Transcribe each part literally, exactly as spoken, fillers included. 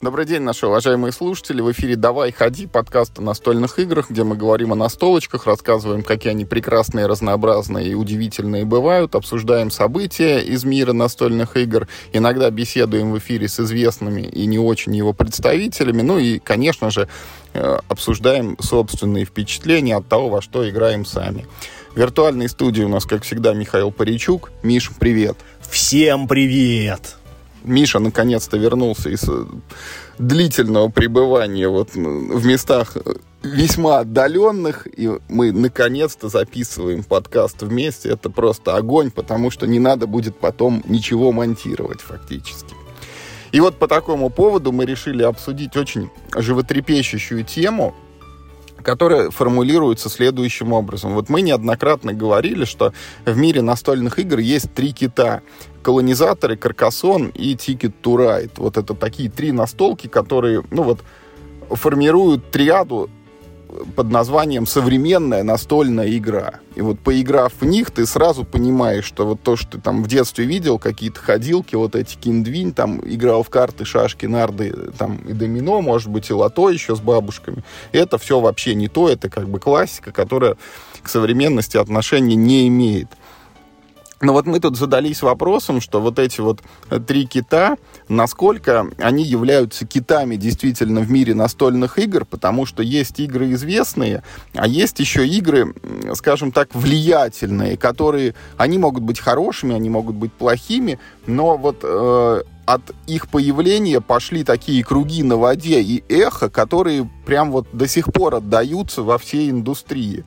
Добрый день, наши уважаемые слушатели. В эфире «Давай, ходи», подкаст о настольных играх, где мы говорим о настолочках, рассказываем, какие они прекрасные, разнообразные и удивительные бывают, обсуждаем события из мира настольных игр, иногда беседуем в эфире с известными и не очень его представителями, ну и, конечно же, обсуждаем собственные впечатления от того, во что играем сами. В виртуальной студии у нас, как всегда, Михаил Паричук. Миш, привет. Всем привет. Миша наконец-то вернулся из длительного пребывания вот в местах весьма отдаленных, и мы наконец-то записываем подкаст вместе. Это просто огонь, потому что не надо будет потом ничего монтировать фактически. И вот по такому поводу мы решили обсудить очень животрепещущую тему, которая формулируется следующим образом. Вот мы неоднократно говорили, что в мире настольных игр есть три кита. Колонизаторы, Каркасон и Ticket to Ride. Вот это такие три настолки, которые, ну вот, формируют триаду под названием «современная настольная игра». И вот поиграв в них, ты сразу понимаешь, что вот то, что ты там в детстве видел, какие-то ходилки, вот эти киндвинь, там играл в карты, шашки, нарды, там и домино, может быть, и лото еще с бабушками. Это все вообще не то, это как бы классика, которая к современности отношения не имеет. Но вот мы тут задались вопросом, что вот эти вот три кита, насколько они являются китами действительно в мире настольных игр, потому что есть игры известные, а есть еще игры, скажем так, влиятельные, которые, они могут быть хорошими, они могут быть плохими, но вот э, от их появления пошли такие круги на воде и эхо, которые прям вот до сих пор отдаются во всей индустрии.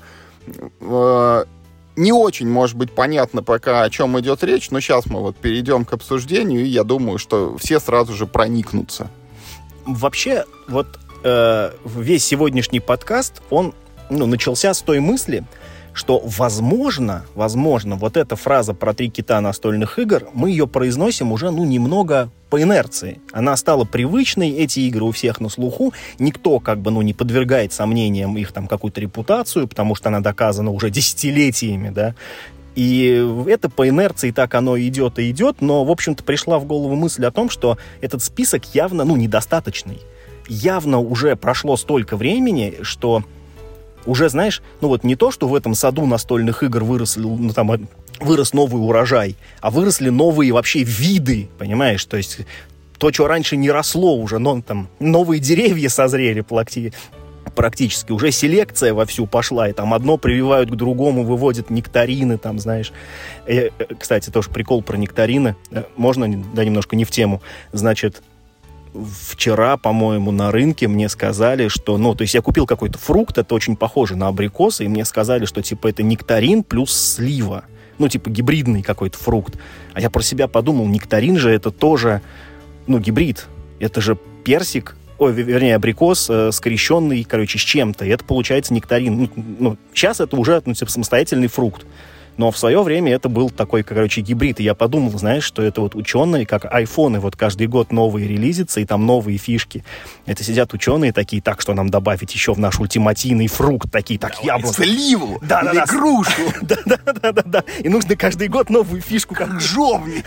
Э, Не очень, может быть, понятно пока, о чем идет речь, но сейчас мы вот перейдем к обсуждению, и я думаю, что все сразу же проникнутся. Вообще, вот э, весь сегодняшний подкаст, он ну, начался с той мысли, что, возможно, возможно, вот эта фраза про три кита настольных игр, мы ее произносим уже, ну, немного по инерции. Она стала привычной, эти игры у всех на слуху, никто, как бы, ну, не подвергает сомнениям их там какую-то репутацию, потому что она доказана уже десятилетиями, да, и это по инерции так оно идет и идет, но, в общем-то, пришла в голову мысль о том, что этот список явно, ну, недостаточный. Явно уже прошло столько времени, что уже, знаешь, ну вот не то, что в этом саду настольных игр выросли, ну, там, вырос новый урожай, а выросли новые вообще виды, понимаешь? То есть то, что раньше не росло уже, но там новые деревья созрели практически, уже селекция вовсю пошла, и там одно прививают к другому, выводят нектарины, там, знаешь. И, кстати, тоже прикол про нектарины. Можно, да, немножко не в тему. Значит, вчера, по-моему, на рынке мне сказали, что, ну, то есть я купил какой-то фрукт, это очень похоже на абрикосы, и мне сказали, что, типа, это нектарин плюс слива. Ну, типа, гибридный какой-то фрукт. А я про себя подумал, нектарин же это тоже, ну, гибрид. Это же персик, ой, вернее, абрикос, э, скрещенный, короче, с чем-то. И это получается нектарин. Ну, ну, сейчас это уже, ну, типа, самостоятельный фрукт. Но в свое время это был такой, короче, гибрид. И я подумал, знаешь, что это вот ученые, как айфоны, вот каждый год новые релизятся, и там новые фишки. Это сидят ученые такие, так, что нам добавить еще в наш ультимативный фрукт, такие, так, яблоко. Сливу, да, или да, грушу. Да-да-да. И нужно каждый год новую фишку, как жовник.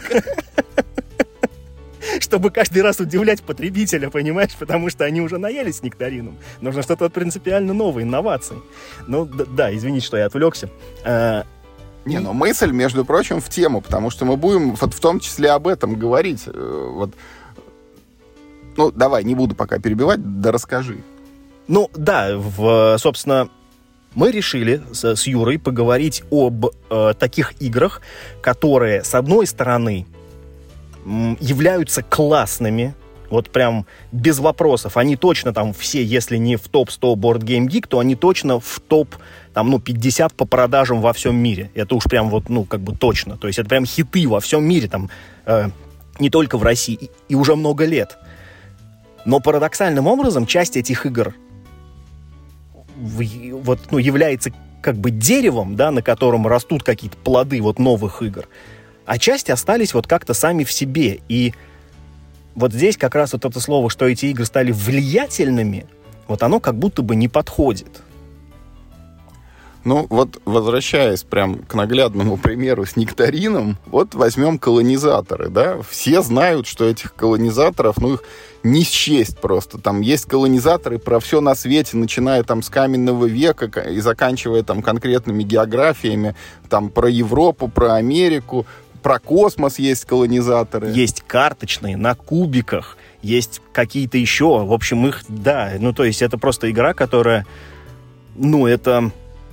Чтобы каждый раз удивлять потребителя, понимаешь? Потому что они уже наелись нектарином. Нужно что-то принципиально новое, инновации. Ну, да, да, извините, что я отвлекся. Не, но мысль, между прочим, в тему, потому что мы будем вот в том числе об этом говорить. Вот. Ну, давай, не буду пока перебивать, да расскажи. Ну, да, в, собственно, мы решили с, с Юрой поговорить об э, таких играх, которые, с одной стороны, м, являются классными, вот прям без вопросов. Они точно там все, если не в топ сто Board Game Geek, то они точно в топ там, ну, пятьдесят по продажам во всем мире. Это уж прям вот, ну, как бы точно. То есть это прям хиты во всем мире, там, э, не только в России, и, и уже много лет. Но парадоксальным образом часть этих игр в, вот, ну, является как бы деревом, да, на котором растут какие-то плоды вот новых игр, а часть остались вот как-то сами в себе. И вот здесь как раз вот это слово, что эти игры стали влиятельными, вот оно как будто бы не подходит. Ну, вот возвращаясь прям к наглядному примеру с нектарином, вот возьмем колонизаторы, да, все знают, что этих колонизаторов, ну, их не счесть просто. Там есть колонизаторы про все на свете, начиная там с каменного века и заканчивая там конкретными географиями, там про Европу, про Америку, про космос есть колонизаторы. Есть карточные на кубиках, есть какие-то еще, в общем, их, да, ну, то есть это просто игра, которая, ну, это...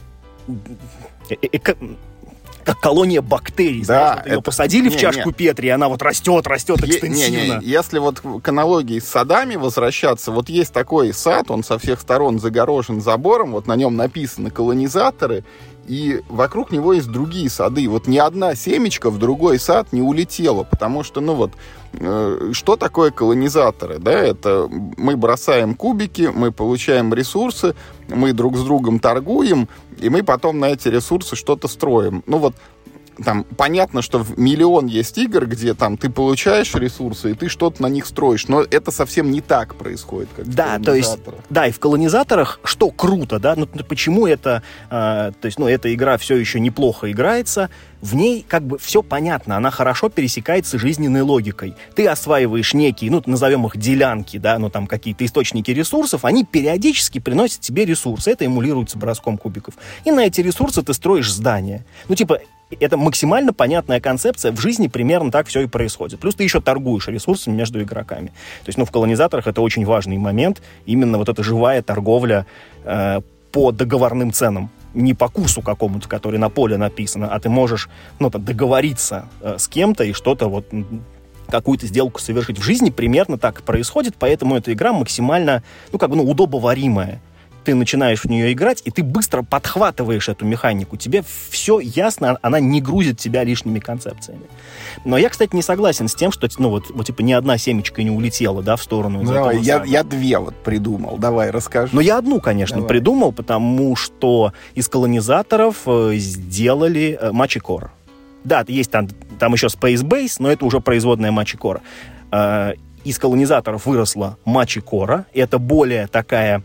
как колония бактерий. Да, знаешь, вот ее это... посадили не, в чашку не. Петри, и она вот растет, растет экстенсивно. Не, не, если вот к аналогии с садами возвращаться, вот есть такой сад, он со всех сторон загорожен забором, вот на нем написано «колонизаторы», и вокруг него есть другие сады. Вот ни одна семечка в другой сад не улетела, потому что, ну вот, э, что такое колонизаторы? Да? Это мы бросаем кубики, мы получаем ресурсы, мы друг с другом торгуем, и мы потом на эти ресурсы что-то строим. Ну вот, там, понятно, что в миллион есть игр, где там ты получаешь ресурсы, и ты что-то на них строишь, но это совсем не так происходит, как да, в то есть, да, и в колонизаторах, что круто, да, ну почему это, э, то есть, ну, эта игра все еще неплохо играется, в ней как бы все понятно, она хорошо пересекается жизненной логикой. Ты осваиваешь некие, ну, назовем их делянки, да, ну, там какие-то источники ресурсов, они периодически приносят тебе ресурсы, это эмулируется броском кубиков. И на эти ресурсы ты строишь здания. Ну, типа, это максимально понятная концепция, в жизни примерно так все и происходит. Плюс ты еще торгуешь ресурсами между игроками. То есть, ну, в колонизаторах это очень важный момент, именно вот эта живая торговля э, по договорным ценам. Не по курсу какому-то, который на поле написано, а ты можешь, ну, там, договориться э, с кем-то и что-то вот, какую-то сделку совершить. В жизни примерно так и происходит, поэтому эта игра максимально, ну, как бы, ну, удобоваримая. Ты начинаешь в нее играть, и ты быстро подхватываешь эту механику. Тебе все ясно, она не грузит тебя лишними концепциями. Но я, кстати, не согласен с тем, что, ну, вот, вот типа, ни одна семечка не улетела, да, в сторону. Ну, давай, я, я две вот придумал. Давай, расскажи. Ну, я одну, конечно, давай. придумал, потому что из колонизаторов э, сделали э, Мачикора. Да, есть там, там еще Space Base, но это уже производная Мачикора. Э, из колонизаторов выросла Мачикора. Это более такая...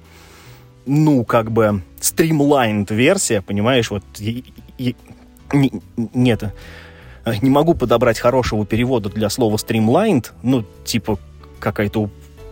ну, как бы, стримлайнд версия, понимаешь, вот, и, и, не, нет, не могу подобрать хорошего перевода для слова стримлайнд, ну, типа, какая-то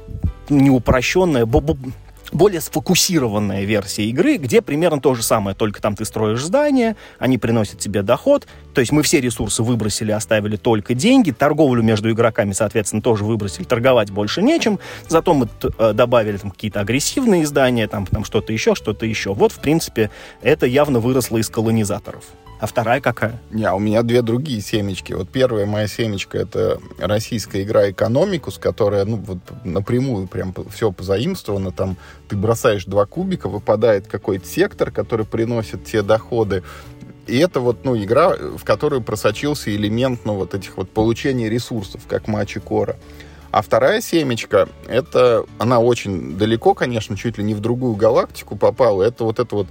неупрощенная, более сфокусированная версия игры, где примерно то же самое, только там ты строишь здания, они приносят тебе доход, то есть мы все ресурсы выбросили, оставили только деньги, торговлю между игроками, соответственно, тоже выбросили, торговать больше нечем, зато мы т- добавили там какие-то агрессивные здания, там, там что-то еще, что-то еще. Вот, в принципе, это явно выросло из колонизаторов. А вторая какая? Не, у меня две другие семечки. Вот первая моя семечка — это российская игра «Экономикус», которая, ну, вот напрямую прям все позаимствовано. Там ты бросаешь два кубика, выпадает какой-то сектор, который приносит тебе доходы. И это вот, ну, игра, в которую просочился элемент, ну, вот этих вот получения ресурсов, как Мачикора. А вторая семечка, это, она очень далеко, конечно, чуть ли не в другую галактику попала. Это вот это вот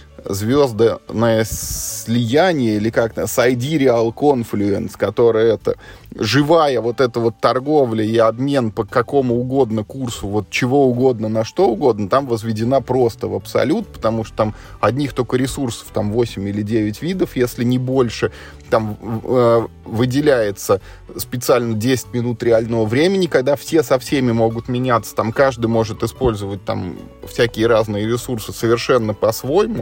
звездное слияние, или как-то Sidereal Confluence, которая это живая вот эта вот торговля и обмен по какому угодно курсу, вот чего угодно на что угодно, там возведена просто в абсолют, потому что там одних только ресурсов там восемь или девять видов, если не больше. Там э, выделяется специально десять минут реального времени, когда все со всеми могут меняться, там каждый может использовать там всякие разные ресурсы совершенно по-своему.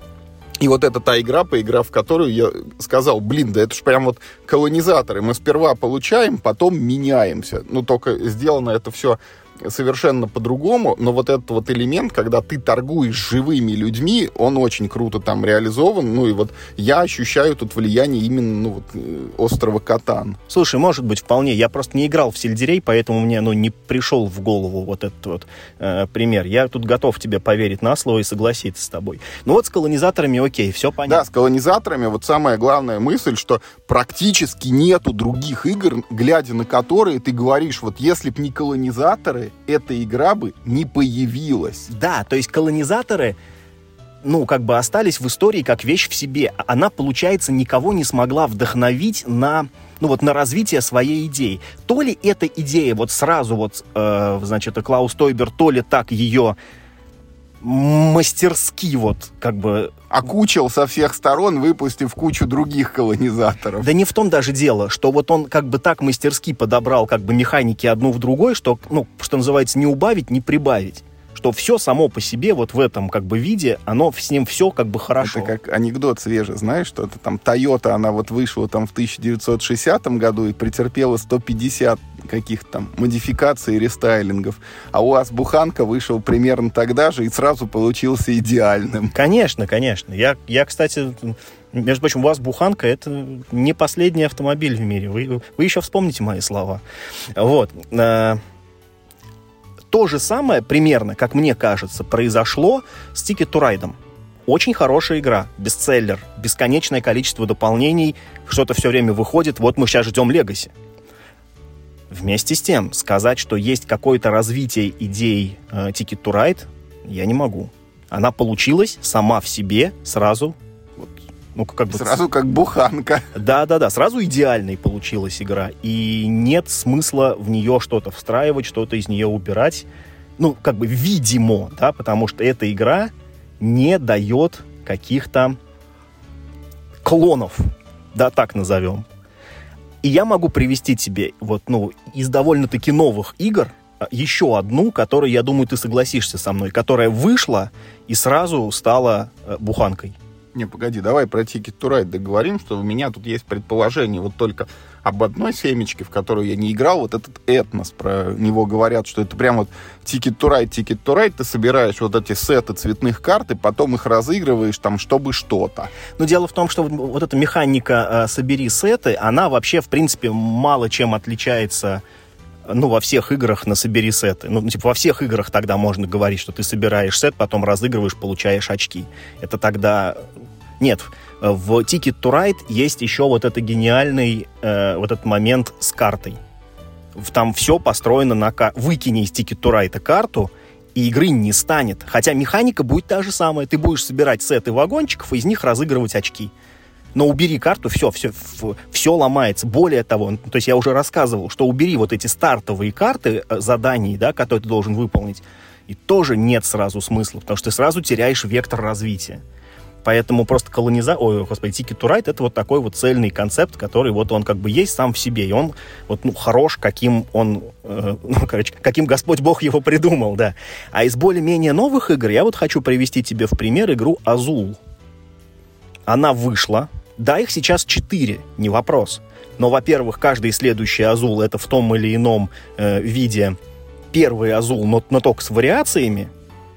И вот это та игра, поиграв в которую, я сказал, блин, да это ж прям вот колонизаторы. Мы сперва получаем, потом меняемся. Ну, только сделано это все совершенно по-другому, но вот этот вот элемент, когда ты торгуешь живыми людьми, он очень круто там реализован. Ну, и вот я ощущаю тут влияние именно, ну, вот, острова Катан. Слушай, может быть, вполне. Я просто не играл в сельдерей, поэтому мне, ну, не пришел в голову вот этот вот э, пример. Я тут готов тебе поверить на слово и согласиться с тобой. Ну вот с колонизаторами окей, все понятно. Да, с колонизаторами вот самая главная мысль, что практически нету других игр, глядя на которые ты говоришь, вот если б не колонизаторы, эта игра бы не появилась. Да, то есть колонизаторы, ну, как бы остались в истории как вещь в себе. Она, получается, никого не смогла вдохновить на, ну, вот, на развитие своей идеи. То ли эта идея вот сразу вот, э, значит, Клаус Тойбер, то ли так ее мастерски вот как бы... Окучил со всех сторон, выпустив кучу других колонизаторов. Да не в том даже дело, что вот он как бы так мастерски подобрал как бы механики одну в другой, что, ну, что называется, не убавить, не прибавить. Что все само по себе вот в этом как бы виде, оно с ним все как бы хорошо. Это как анекдот свежий, знаешь, что это там Toyota, она вот вышла там в тысяча девятьсот шестидесятом году и претерпела сто пятьдесят каких-то там модификаций и рестайлингов. А у вас буханка вышел примерно тогда же и сразу получился идеальным. Конечно, конечно. Я, я кстати, между прочим, у вас буханка — это не последний автомобиль в мире. Вы, вы еще вспомните мои слова. Вот. То же самое, примерно, как мне кажется, произошло с Ticket to Ride. Очень хорошая игра, бестселлер, бесконечное количество дополнений, что-то все время выходит, вот мы сейчас ждем Legacy. Вместе с тем, сказать, что есть какое-то развитие идей э, Ticket to Ride, я не могу. Она получилась сама в себе сразу. Вот, ну, как бы, сразу как буханка. Да-да-да, сразу идеальной получилась игра. И нет смысла в нее что-то встраивать, что-то из нее убирать. Ну, как бы видимо, да, потому что эта игра не дает каких-то клонов, да, так назовем. И я могу привести тебе вот, ну, из довольно-таки новых игр еще одну, которую, я думаю, ты согласишься со мной, которая вышла и сразу стала э, буханкой. Не, погоди, давай про Ticket to Ride договорим, что у меня тут есть предположение вот только об одной семечке, в которую я не играл, вот этот этнос, про него говорят, что это прям вот Ticket to Ride, Ticket to Ride, ты собираешь вот эти сеты цветных карт, и потом их разыгрываешь там, чтобы что-то. Но дело в том, что вот эта механика э, «собери сеты», она вообще, в принципе, мало чем отличается, ну, во всех играх на «собери сеты». Ну, типа, во всех играх тогда можно говорить, что ты собираешь сет, потом разыгрываешь, получаешь очки. Это тогда... Нет, в Ticket to Ride есть еще вот этот гениальный э, вот этот момент с картой. Там все построено на карте. Выкини из Ticket to Ride карту, и игры не станет. Хотя механика будет та же самая. Ты будешь собирать сеты вагончиков и из них разыгрывать очки. Но убери карту, все, все, все ломается. Более того, то есть я уже рассказывал, что убери вот эти стартовые карты заданий, да, которые ты должен выполнить, и тоже нет сразу смысла, потому что ты сразу теряешь вектор развития. Поэтому просто колониза... Ой, господи, Ticket to Ride — это вот такой вот цельный концепт, который вот он как бы есть сам в себе, и он вот, ну, хорош, каким он... Э, ну, короче, каким Господь Бог его придумал, да. А из более-менее новых игр я вот хочу привести тебе в пример игру Azul. Она вышла. Да, их сейчас четыре, не вопрос. Но, во-первых, каждый следующий Azul — это в том или ином э, виде первый Azul, но, но только с вариациями.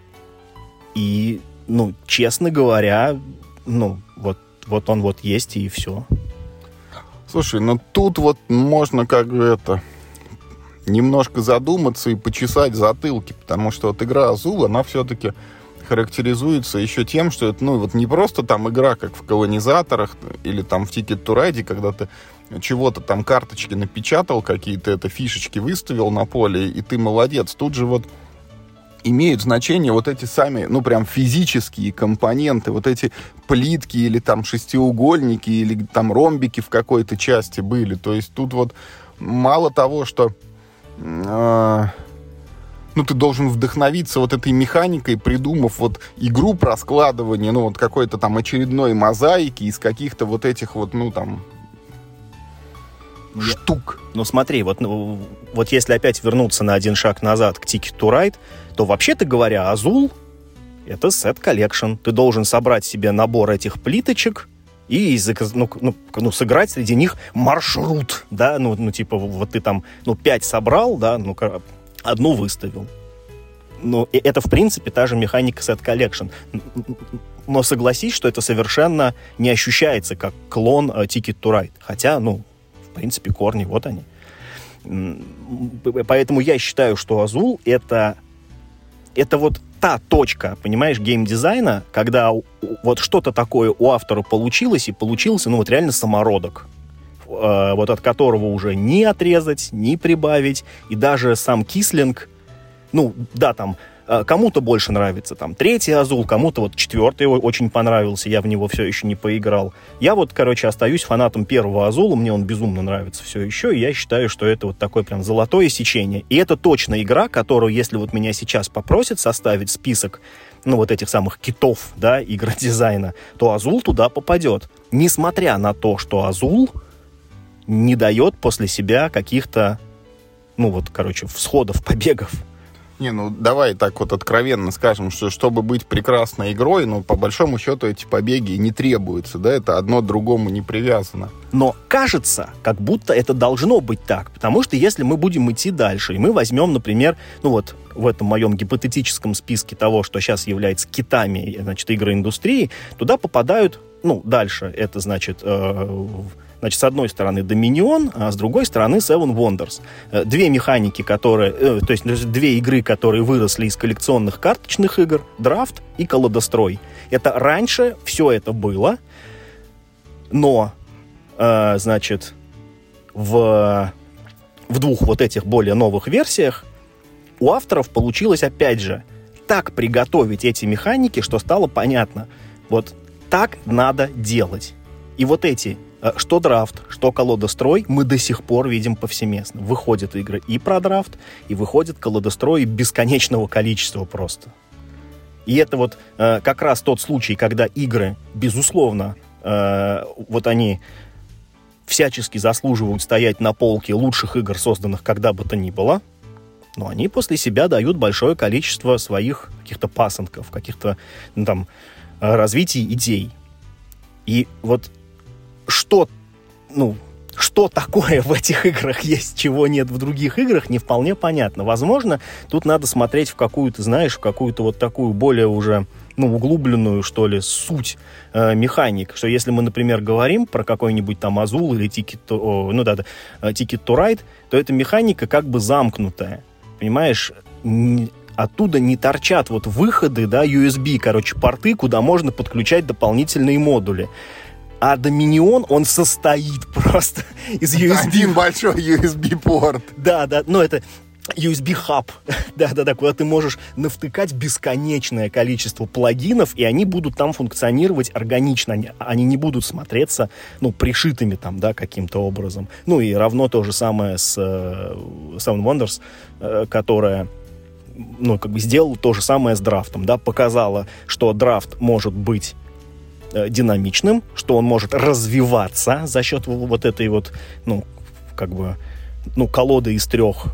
И... Ну, честно говоря, ну, вот, вот он вот есть, и все. Слушай, ну тут вот можно как бы это... немножко задуматься и почесать затылки, потому что вот игра Azul, она все-таки характеризуется еще тем, что это, ну, вот не просто там игра, как в колонизаторах или там в Ticket to Ride, когда ты чего-то там карточки напечатал, какие-то это фишечки выставил на поле, и ты молодец. Тут же вот имеют значение вот эти сами, ну, прям физические компоненты, вот эти плитки или там шестиугольники или там ромбики в какой-то части были. То есть тут вот мало того, что э, ну, ты должен вдохновиться вот этой механикой, придумав вот игру про складывание, ну, вот какой-то там очередной мозаики из каких-то вот этих вот, ну, там, штук. Ну, смотри, вот, ну, вот если опять вернуться на один шаг назад к Ticket to Ride, то, вообще-то говоря, Azul — это сет-коллекшн. Ты должен собрать себе набор этих плиточек и ну, ну, ну, сыграть среди них маршрут, да, ну, ну, типа, вот ты там, ну, пять собрал, да, ну, одну выставил. Ну, и это, в принципе, та же механика сет-коллекшн. Но согласись, что это совершенно не ощущается как клон Ticket to Ride. Хотя, ну, в принципе, корни, вот они. Поэтому я считаю, что Azul — это, это вот та точка, понимаешь, геймдизайна, когда вот что-то такое у автора получилось, и получился, ну, вот реально самородок, вот от которого уже ни отрезать, ни прибавить, и даже сам Кислинг, ну, да, там, Кому-то больше нравится там третий Азул, кому-то вот четвертый очень понравился, я в него все еще не поиграл. Я вот, короче, остаюсь фанатом первого Азула, мне он безумно нравится все еще, и я считаю, что это вот такое прям золотое сечение. И это точно игра, которую, если вот меня сейчас попросят составить список, ну, вот этих самых китов, да, игродизайна, то Азул туда попадет. Несмотря на то, что Азул не дает после себя каких-то, ну, вот, короче, всходов, побегов. Не, ну давай так вот откровенно скажем, что чтобы быть прекрасной игрой, ну, по большому счету эти побеги не требуются, да, это одно к другому не привязано. Но кажется, как будто это должно быть так, потому что если мы будем идти дальше, и мы возьмем, например, ну вот в этом моем гипотетическом списке того, что сейчас является китами, значит, игроиндустрии, туда попадают, ну, дальше, это значит... Э- Значит, с одной стороны Dominion, а с другой стороны Seven Wonders. Две механики, которые... Э, то есть две игры, которые выросли из коллекционных карточных игр, Драфт и Колодострой. Это раньше все это было, но, э, значит, в, в двух вот этих более новых версиях у авторов получилось, опять же, так приготовить эти механики, что стало понятно. Вот так надо делать. И вот эти... Что драфт, что колодострой, мы до сих пор видим повсеместно. Выходят игры и про драфт, и выходят колодострои бесконечного количества просто. И это вот э, как раз тот случай, когда игры, безусловно, э, вот они всячески заслуживают стоять на полке лучших игр, созданных когда бы то ни было, но они после себя дают большое количество своих каких-то пасынков, каких-то, ну, там, развитий идей. И вот Что, ну, что такое в этих играх есть, чего нет в других играх, не вполне понятно. Возможно, тут надо смотреть в какую-то, знаешь, в какую-то вот такую более уже, ну, углубленную, что ли, суть э, механик. Что если мы, например, говорим про какой-нибудь там Азул или Ticket to, о, ну, да, да, Ticket to Ride, то эта механика как бы замкнутая. Понимаешь, н- оттуда не торчат вот выходы, да, ю эс би, короче, порты, куда можно подключать дополнительные модули. А Dominion, он состоит просто из ю эс би. Один большой ю эс би-порт. Да, да, ну это ю эс би-хаб. Да-да-да, куда ты можешь навтыкать бесконечное количество плагинов, и они будут там функционировать органично. Они, они не будут смотреться, ну, пришитыми там, да, каким-то образом. Ну, и равно то же самое с uh, Seven Wonders, uh, которая, ну, как бы сделала то же самое с драфтом, да, показала, что драфт может быть динамичным, что он может развиваться за счет вот этой вот, ну, как бы, ну, колоды из трех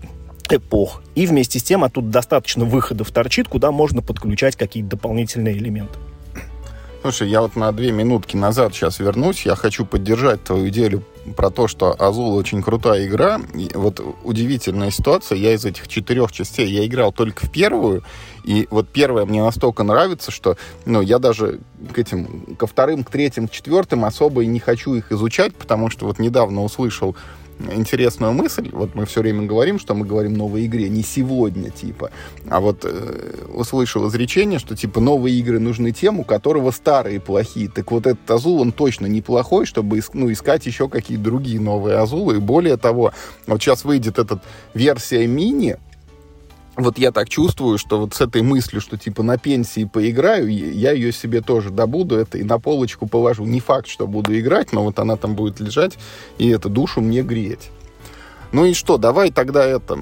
эпох. И вместе с тем оттуда достаточно выходов торчит, куда можно подключать какие-то дополнительные элементы. Слушай, я вот на две минутки назад сейчас вернусь. Я хочу поддержать твою идею про то, что Азул очень крутая игра. И вот удивительная ситуация. Я из этих четырех частей, я играл только в первую. И вот первая мне настолько нравится, что, ну, я даже к этим, ко вторым, к третьим, к четвертым особо и не хочу их изучать, потому что вот недавно услышал интересную мысль. Вот мы все время говорим, что мы говорим новой игре, не сегодня, типа. А вот э, услышал изречение, что, типа, новые игры нужны тем, у которого старые плохие. Так вот этот Азул, он точно неплохой, чтобы иск, ну, искать еще какие-то другие новые Азулы. И более того, вот сейчас выйдет эта версия мини. Вот я так чувствую, что вот с этой мыслью, что типа на пенсии поиграю, я ее себе тоже добуду, это и на полочку положу. Не факт, что буду играть, но вот она там будет лежать, и эту душу мне греть. Ну и что, давай тогда это...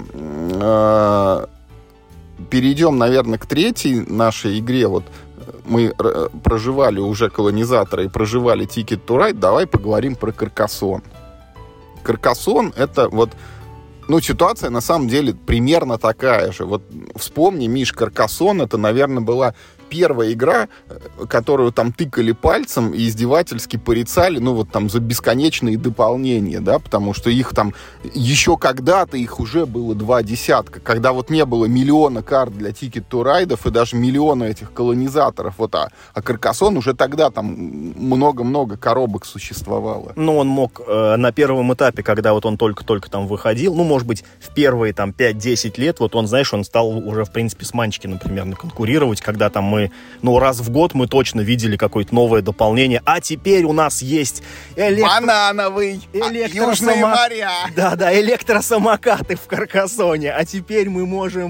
Э, перейдем, наверное, к третьей нашей игре. Вот мы проживали уже колонизаторы и проживали Ticket to Ride, давай поговорим про Каркасон. Каркасон — это вот... Ну, ситуация, на самом деле, примерно такая же. Вот вспомни, Миш, Каркасон, это, наверное, была первая игра, которую там тыкали пальцем и издевательски порицали, ну, вот там за бесконечные дополнения, да, потому что их там еще когда-то, их уже было два десятка, когда вот не было миллиона карт для Ticket to Ride'ов и даже миллиона этих колонизаторов, вот, а, а Каркасон уже тогда там много-много коробок существовало. Ну, он мог э, на первом этапе, когда вот он только-только там выходил, ну, может быть, в первые там пять-десять лет, вот он, знаешь, он стал уже, в принципе, с Манчкиным примерно конкурировать, когда там мы ну, раз в год мы точно видели какое-то новое дополнение. А теперь у нас есть электро... банановый, электросама... южные моря. Да-да, электросамокаты в Каркасоне. А теперь мы можем,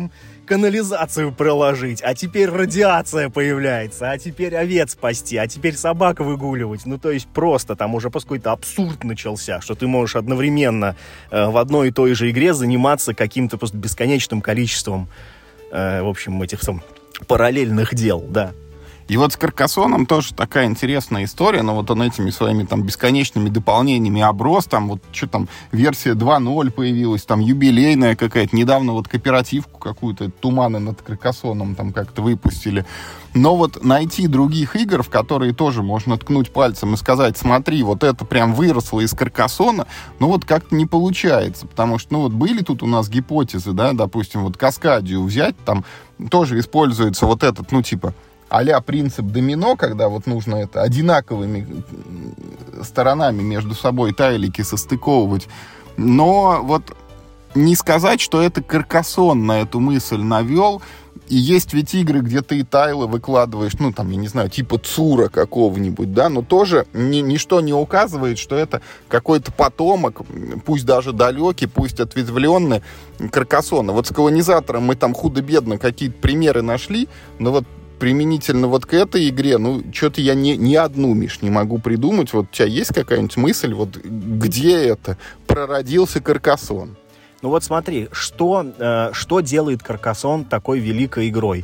канализацию проложить, а теперь радиация появляется, а теперь овец спасти, а теперь собак выгуливать. Ну, то есть просто там уже просто какой-то абсурд начался, что ты можешь одновременно э, в одной и той же игре заниматься каким-то просто бесконечным количеством, э, в общем, этих сам, параллельных дел, да. И вот с Каркасоном тоже такая интересная история, но вот он этими своими там бесконечными дополнениями оброс, там вот что там, версия два ноль появилась, там юбилейная какая-то, недавно вот кооперативку какую-то, Туманы над Каркасоном там как-то выпустили. Но вот найти других игр, в которые тоже можно ткнуть пальцем и сказать, смотри, вот это прям выросло из Каркасона, ну вот как-то не получается, потому что, ну вот были тут у нас гипотезы, да, допустим, вот Каскадию взять, там тоже используется вот этот, ну типа, а-ля принцип домино, когда вот нужно это одинаковыми сторонами между собой тайлики состыковывать. Но вот не сказать, что это Каркасон на эту мысль навел. И есть ведь игры, где ты тайлы выкладываешь, ну, там, я не знаю, типа Цура какого-нибудь, да, но тоже ни, ничто не указывает, что это какой-то потомок, пусть даже далекий, пусть ответвленный, Каркасона. Вот с колонизатором мы там худо-бедно какие-то примеры нашли, но вот применительно вот к этой игре, ну, что-то я ни, ни одну, Миш, не могу придумать. Вот у тебя есть какая-нибудь мысль, вот где это прородился Каркасон? Ну вот смотри, что, э, что делает Каркасон такой великой игрой?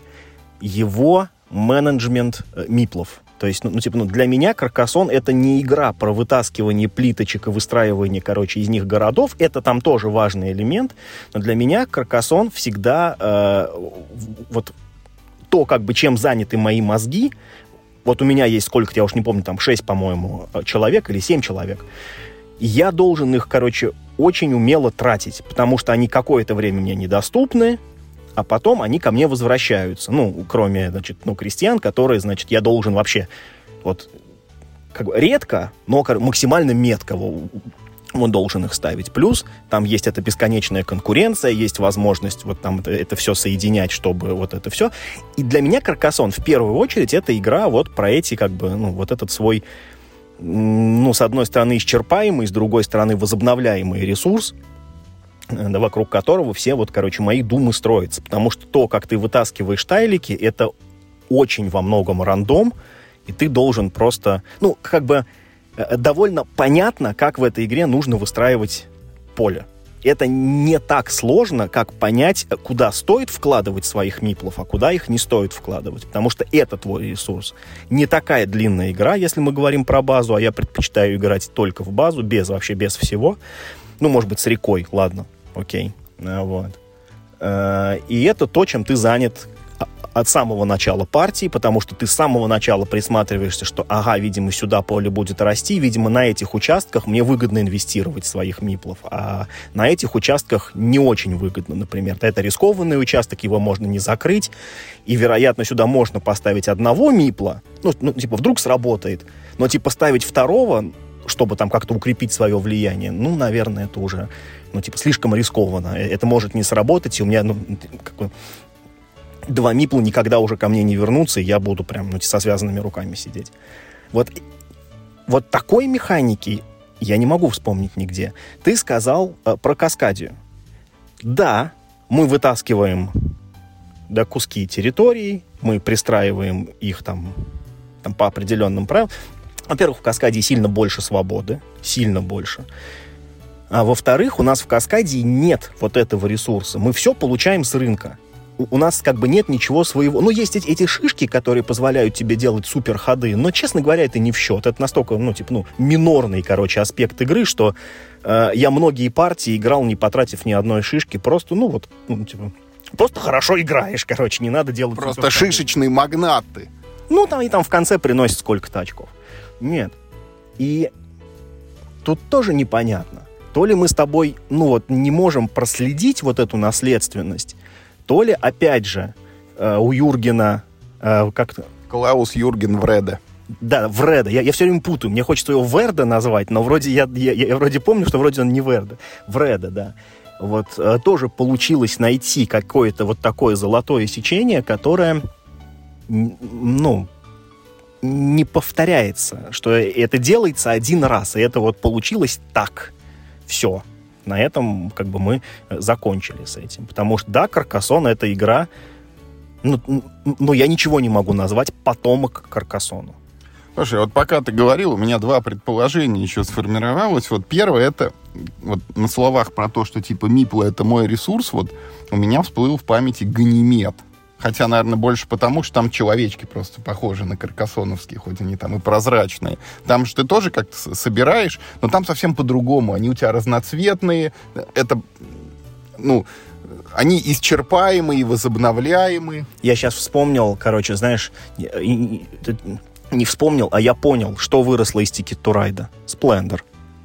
Его менеджмент э, миплов. То есть, ну, ну, типа, ну, для меня Каркасон — это не игра про вытаскивание плиточек и выстраивание, короче, из них городов. Это там тоже важный элемент. Но для меня Каркасон всегда э, вот то, как бы, чем заняты мои мозги. Вот у меня есть сколько-то, я уж не помню, там шесть, по-моему, человек или семь человек. Я должен их, короче, очень умело тратить, потому что они какое-то время мне недоступны, а потом они ко мне возвращаются. Ну, кроме, значит, ну, крестьян, которые, значит, я должен вообще вот как бы редко, но максимально метко он должен их ставить. Плюс там есть эта бесконечная конкуренция, есть возможность вот там это, это все соединять, чтобы вот это все. И для меня Каркасон в первую очередь это игра вот про эти как бы, ну, вот этот свой, ну, с одной стороны исчерпаемый, с другой стороны возобновляемый ресурс, да, вокруг которого все вот, короче, мои думы строятся. Потому что то, как ты вытаскиваешь тайлики, это очень во многом рандом, и ты должен просто, ну, как бы довольно понятно, как в этой игре нужно выстраивать поле. Это не так сложно, как понять, куда стоит вкладывать своих миплов, а куда их не стоит вкладывать. Потому что это твой ресурс. Не такая длинная игра, если мы говорим про базу, а я предпочитаю играть только в базу, без вообще без всего. Ну, может быть, с рекой, ладно, окей. Вот. И это то, чем ты занят от самого начала партии, потому что ты с самого начала присматриваешься, что, ага, видимо, сюда поле будет расти, видимо, на этих участках мне выгодно инвестировать своих миплов, а на этих участках не очень выгодно, например. Это рискованный участок, его можно не закрыть, и, вероятно, сюда можно поставить одного мипла, ну, ну типа, вдруг сработает, но, типа, ставить второго, чтобы там как-то укрепить свое влияние, ну, наверное, это уже, ну, типа, слишком рискованно. Это может не сработать, и у меня, ну, как бы, два мипла никогда уже ко мне не вернутся, и я буду прям, ну, со связанными руками сидеть. Вот, вот такой механики я не могу вспомнить нигде. Ты сказал э, про Каскадию. Да, мы вытаскиваем, да, куски территории, мы пристраиваем их там, там по определенным правилам. Во-первых, в Каскадии сильно больше свободы, сильно больше. А во-вторых, у нас в Каскадии нет вот этого ресурса. Мы все получаем с рынка. У нас как бы нет ничего своего. Ну, есть эти, эти шишки, которые позволяют тебе делать супер ходы, но, честно говоря, это не в счет. Это настолько, ну, типа, ну, минорный, короче, аспект игры, что э, я многие партии играл, не потратив ни одной шишки. Просто, ну, вот, ну, типа, просто хорошо играешь, короче, не надо делать... Просто шишечные магнаты. Ну, там и там в конце приносит сколько-то очков. Нет. И тут тоже непонятно. То ли мы с тобой, ну, вот, не можем проследить вот эту наследственность, то ли, опять же, э, у Юргена... Э, как-то... Клаус Юрген Вреде. Да, Вреде. Я, я все время путаю. Мне хочется его Верде назвать, но вроде я, я, я вроде помню, что вроде он не Верде. Вреде, да. Вот э, тоже получилось найти какое-то вот такое золотое сечение, которое, ну, не повторяется. Что это делается один раз, и это вот получилось так. Все. Вот на этом как бы мы закончили с этим. Потому что, да, Каркасон — это игра, ну, ну, я ничего не могу назвать потомок Каркасону. Слушай, вот пока ты говорил, у меня два предположения еще сформировалось. Вот первое, это вот на словах про то, что типа мипла — это мой ресурс, вот у меня всплыл в памяти Ганимед. Хотя, наверное, больше потому, что там человечки просто похожи на каркасоновские, хоть они там и прозрачные. Там же ты тоже как-то собираешь, но там совсем по-другому. Они у тебя разноцветные. Это, ну, они исчерпаемые, возобновляемые. Я сейчас вспомнил, короче, знаешь, не вспомнил, а я понял, что выросло из Ticket to Ride. Splendor.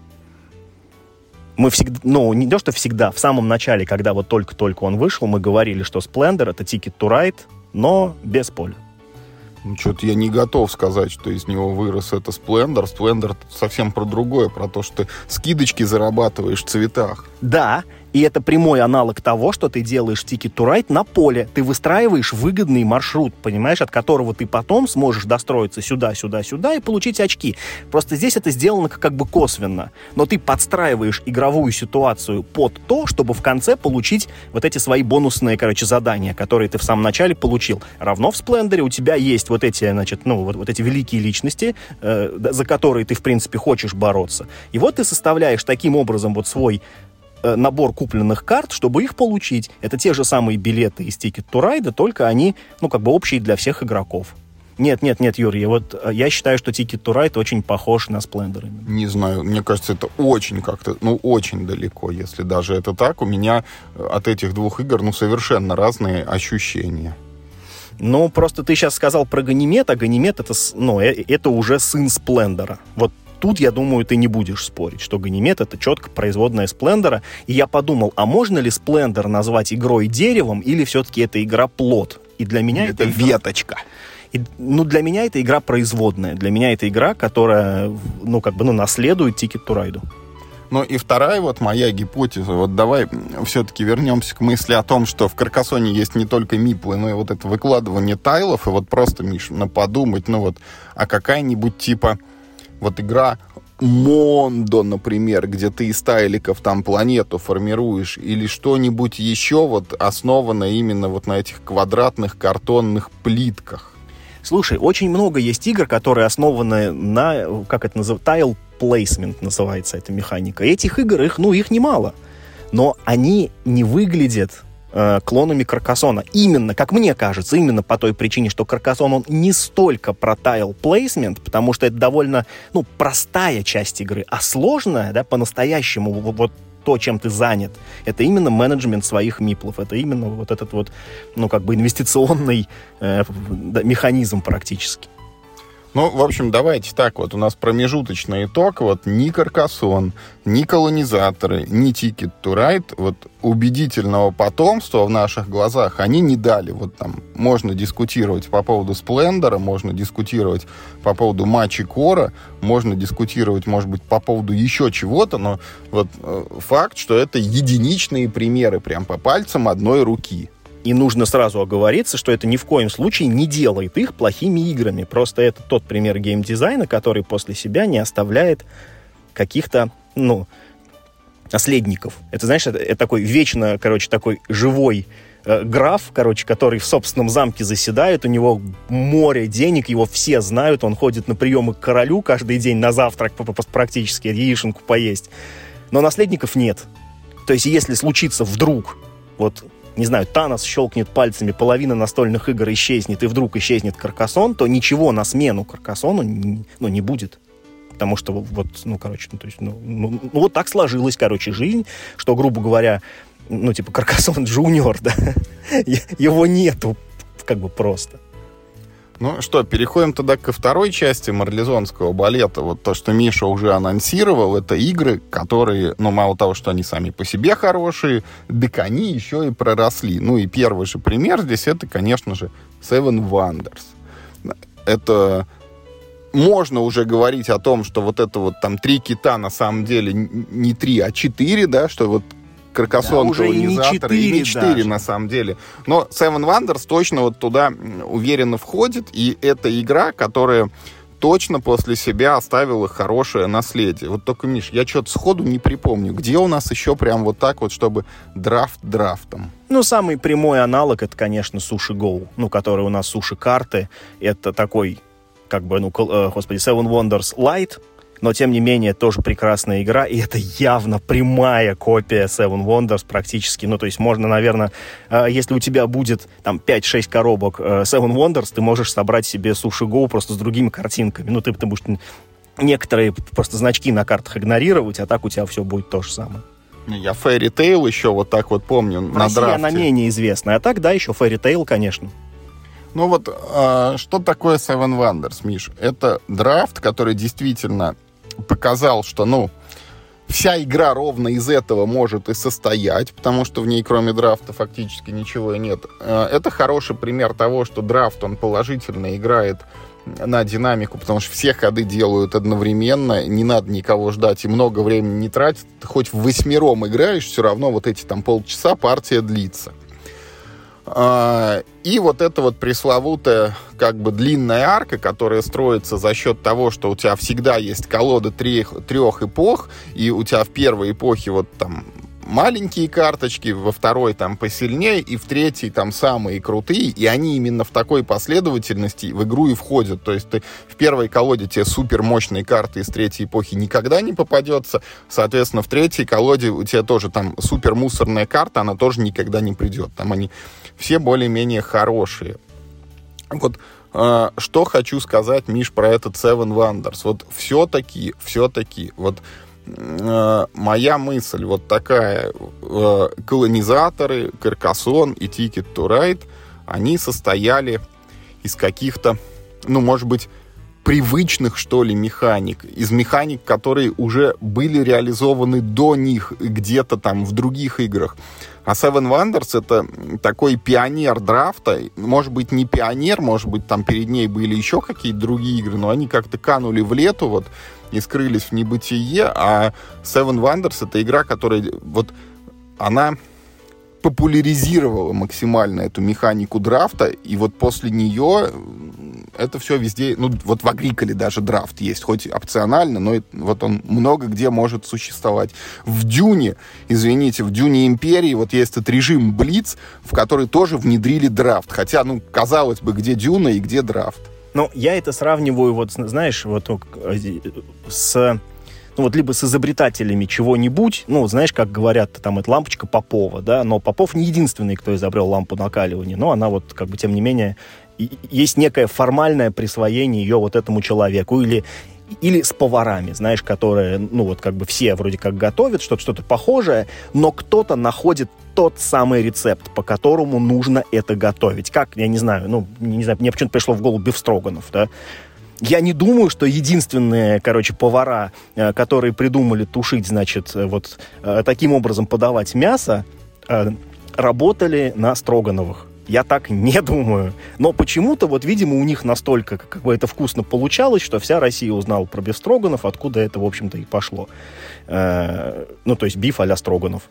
Мы всегда, ну, не то, что всегда, в самом начале, когда вот только-только он вышел, мы говорили, что Splendor — это Ticket to Ride, но без поля. Ну, что-то я не готов сказать, что из него вырос это Splendor. Splendor совсем про другое, про то, что ты скидочки зарабатываешь в цветах. Да, и это прямой аналог того, что ты делаешь в Ticket to Ride на поле. Ты выстраиваешь выгодный маршрут, понимаешь, от которого ты потом сможешь достроиться сюда, сюда, сюда и получить очки. Просто здесь это сделано как бы косвенно. Но ты подстраиваешь игровую ситуацию под то, чтобы в конце получить вот эти свои бонусные, короче, задания, которые ты в самом начале получил. Равно в Splendor у тебя есть вот эти, значит, ну, вот, вот эти великие личности, э, за которые ты, в принципе, хочешь бороться. И вот ты составляешь таким образом вот свой набор купленных карт, чтобы их получить. Это те же самые билеты из Ticket to Ride, только они, ну, как бы общие для всех игроков. Нет, нет, нет, Юрий, вот я считаю, что Ticket to Ride очень похож на Splendor. Не знаю, мне кажется, это очень как-то, ну, очень далеко, если даже это так. У меня от этих двух игр, ну, совершенно разные ощущения. Ну, просто ты сейчас сказал про Ганимед, а Ганимед это, ну, это уже сын Сплендора. Вот тут, я думаю, ты не будешь спорить, что Ганимед — это четко производная Сплендора. И я подумал, а можно ли Сплендор назвать игрой деревом, или все-таки это игра-плод? И для меня это, это игра... веточка. И, ну, для меня это игра производная. Для меня это игра, которая, ну, как бы, ну, наследует Ticket to Ride. Ну и вторая вот моя гипотеза. Вот давай все-таки вернемся к мысли о том, что в Каркасоне есть не только миплы, но и вот это выкладывание тайлов. И вот просто, Миш, ну, подумать, ну вот, а какая-нибудь типа... Вот игра Мондо, например, где ты из тайликов там планету формируешь, или что-нибудь еще вот основано именно вот на этих квадратных картонных плитках. Слушай, очень много есть игр, которые основаны на, как это называется, tile placement называется эта механика. Этих игр, их, ну, их немало, но они не выглядят клонами Каркасона. Именно, как мне кажется, именно по той причине, что Каркасон, он не столько про tile placement, потому что это довольно, ну, простая часть игры, а сложная, да, по-настоящему, вот то, чем ты занят, это именно менеджмент своих миплов, это именно вот этот вот, ну, как бы инвестиционный э, механизм практически. Ну, в общем, давайте так вот. У нас промежуточный итог. Вот ни Каркасон, ни колонизаторы, ни Ticket to Ride вот убедительного потомства в наших глазах они не дали. Вот там можно дискутировать по поводу Сплендора, можно дискутировать по поводу Мачи Кора, можно дискутировать, может быть, по поводу еще чего-то, но вот э, факт, что это единичные примеры прям по пальцам одной руки. И нужно сразу оговориться, что это ни в коем случае не делает их плохими играми. Просто это тот пример геймдизайна, который после себя не оставляет каких-то, ну, наследников. Это, знаешь, это, это такой вечно, короче, такой живой э, граф, короче, который в собственном замке заседает, у него море денег, его все знают, он ходит на приемы к королю каждый день на завтрак практически, яишенку поесть. Но наследников нет. То есть, если случится вдруг, вот... не знаю, Танос щелкнет пальцами, половина настольных игр исчезнет, и вдруг исчезнет Каркасон, то ничего на смену Каркасону, ну, не будет. Потому что вот, ну, короче, ну, то есть, ну, ну, ну, вот так сложилась, короче, жизнь, что, грубо говоря, ну, типа, Каркасон Джуниор, да, его нету, как бы просто. Ну что, переходим тогда ко второй части марлезонского балета. Вот то, что Миша уже анонсировал, это игры, которые, ну, мало того, что они сами по себе хорошие, так они еще и проросли. Ну и первый же пример здесь, это, конечно же, Seven Wonders. Это... Можно уже говорить о том, что вот это вот там три кита на самом деле не три, а четыре, да, что вот Каркасон, да, колонизатор, и не четыре на самом деле. Но Seven Wonders точно вот туда уверенно входит, и это игра, которая точно после себя оставила хорошее наследие. Вот только, Миш, я что-то сходу не припомню, где у нас еще прям вот так вот, чтобы драфт драфтом. Ну, самый прямой аналог, это, конечно, Sushi Go, ну, который у нас суши-карты. Это такой, как бы, ну, господи, Seven Wonders Lite, но, тем не менее, тоже прекрасная игра, и это явно прямая копия Seven Wonders практически. Ну, то есть можно, наверное, если у тебя будет там пять-шесть коробок Seven Wonders, ты можешь собрать себе Sushi Go просто с другими картинками. Ну, ты, ты будешь некоторые просто значки на картах игнорировать, а так у тебя все будет то же самое. Я Fairy Tail еще вот так вот помню в на России драфте. Она менее известная, а так, да, еще Fairy Tail, конечно. Ну вот, э, что такое Seven Wonders, Миш? Это драфт, который действительно показал, что, ну, вся игра ровно из этого может и состоять, потому что в ней, кроме драфта, фактически ничего и нет. Это хороший пример того, что драфт, он положительно играет на динамику, потому что все ходы делают одновременно, не надо никого ждать и много времени не тратить. Ты хоть в восьмером играешь, все равно вот эти там полчаса партия длится. И вот эта вот пресловутая как бы длинная арка, которая строится за счет того, что у тебя всегда есть колода трех, трех эпох, и у тебя в первой эпохе вот там маленькие карточки, во второй там посильнее, и в третьей там самые крутые, и они именно в такой последовательности в игру и входят. То есть ты в первой колоде тебе супер мощные карты из третьей эпохи никогда не попадется, соответственно, в третьей колоде у тебя тоже там супер мусорная карта, она тоже никогда не придет. Там они все более-менее хорошие. Вот э, что хочу сказать, Миш, про этот Seven Wonders. Вот все-таки, все-таки, вот э, моя мысль вот такая. Э, колонизаторы, Каркасон и Ticket to Ride, они состояли из каких-то, ну, может быть, привычных, что ли, механик. Из механик, которые уже были реализованы до них где-то там в других играх. А Seven Wonders — это такой пионер драфта. Может быть, не пионер, может быть, там перед ней были еще какие-то другие игры, но они как-то канули в лету вот и скрылись в небытие. А Seven Wonders — это игра, которая вот она популяризировала максимально эту механику драфта, и вот после нее это все везде, ну, вот в Агриколе даже драфт есть, хоть опционально, но это, вот он много где может существовать. В Дюне, извините, в Дюне Империи вот есть этот режим Блиц, в который тоже внедрили драфт, хотя, ну, казалось бы, где Дюна и где драфт. Ну, я это сравниваю, вот, знаешь, вот с... Ну, вот либо с изобретателями чего-нибудь, ну, знаешь, как говорят, там, это лампочка Попова, да, но Попов не единственный, кто изобрел лампу накаливания, но она вот, как бы, тем не менее, есть некое формальное присвоение ее вот этому человеку, или, или с поварами, знаешь, которые, ну, вот, как бы, все вроде как готовят что-то, что-то похожее, но кто-то находит тот самый рецепт, по которому нужно это готовить. Как, я не знаю, ну, не знаю, мне почему-то пришло в голову бифстроганов, да. Я не думаю, что единственные, короче, повара, которые придумали тушить, значит, вот таким образом подавать мясо, работали на Строгановых. Я так не думаю. Но почему-то, вот, видимо, у них настолько как бы это вкусно получалось, что вся Россия узнала про бифстроганов, откуда это, в общем-то, и пошло. Ну, то есть биф а-ля Строганов.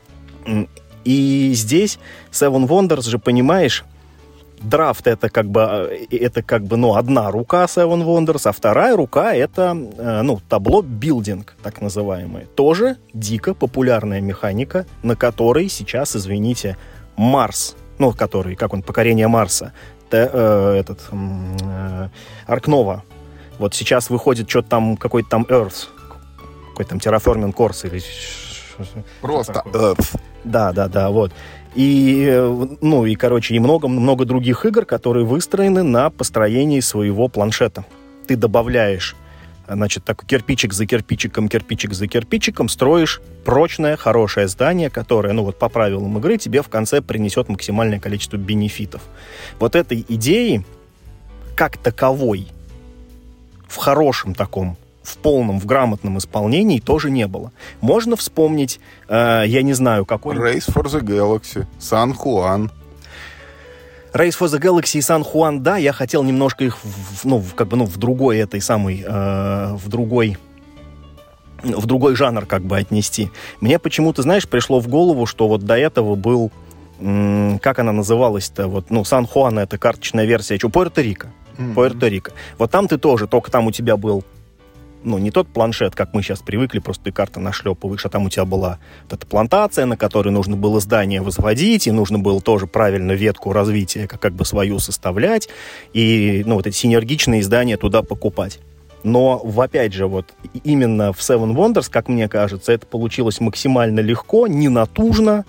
И здесь Seven Wonders же, понимаешь, драфт — это как бы, это как бы, ну, одна рука Seven Wonders, а вторая рука — это, ну, табло билдинг, так называемое. Тоже дико популярная механика, на которой сейчас, извините, Марс, ну, который, как он, покорение Марса, т, э, этот, э, Арк Нова. Вот сейчас выходит что-то там, какой-то там Earth, какой-то там Terraforming Course или... Просто Earth. Да, да, да, вот. И, ну, и, короче, и много-много других игр, которые выстроены на построении своего планшета. Ты добавляешь, значит, такой кирпичик за кирпичиком, кирпичик за кирпичиком, строишь прочное, хорошее здание, которое, ну, вот по правилам игры тебе в конце принесет максимальное количество бенефитов. Вот этой идеи, как таковой, в хорошем таком, в полном, в грамотном исполнении тоже не было. Можно вспомнить, э, я не знаю, какой... Race for the Galaxy, San Juan. Race for the Galaxy и San Juan, да, я хотел немножко их, в, ну, в, как бы, ну, в другой этой самой, э, в другой, в другой жанр как бы отнести. Мне почему-то, знаешь, пришло в голову, что вот до этого был, м- как она называлась-то, вот, ну, Сан Хуан — это карточная версия, что, Пуэрто-Рико. Mm-hmm. Пуэрто-Рико. Вот там ты тоже, только там у тебя был, ну, не тот планшет, как мы сейчас привыкли, просто ты карты нашлепываешь, а там у тебя была вот эта плантация, на которой нужно было здание возводить, и нужно было тоже правильно ветку развития как, как бы свою составлять, и, ну, вот эти синергичные здания туда покупать. Но, опять же, вот именно в Seven Wonders, как мне кажется, это получилось максимально легко, не натужно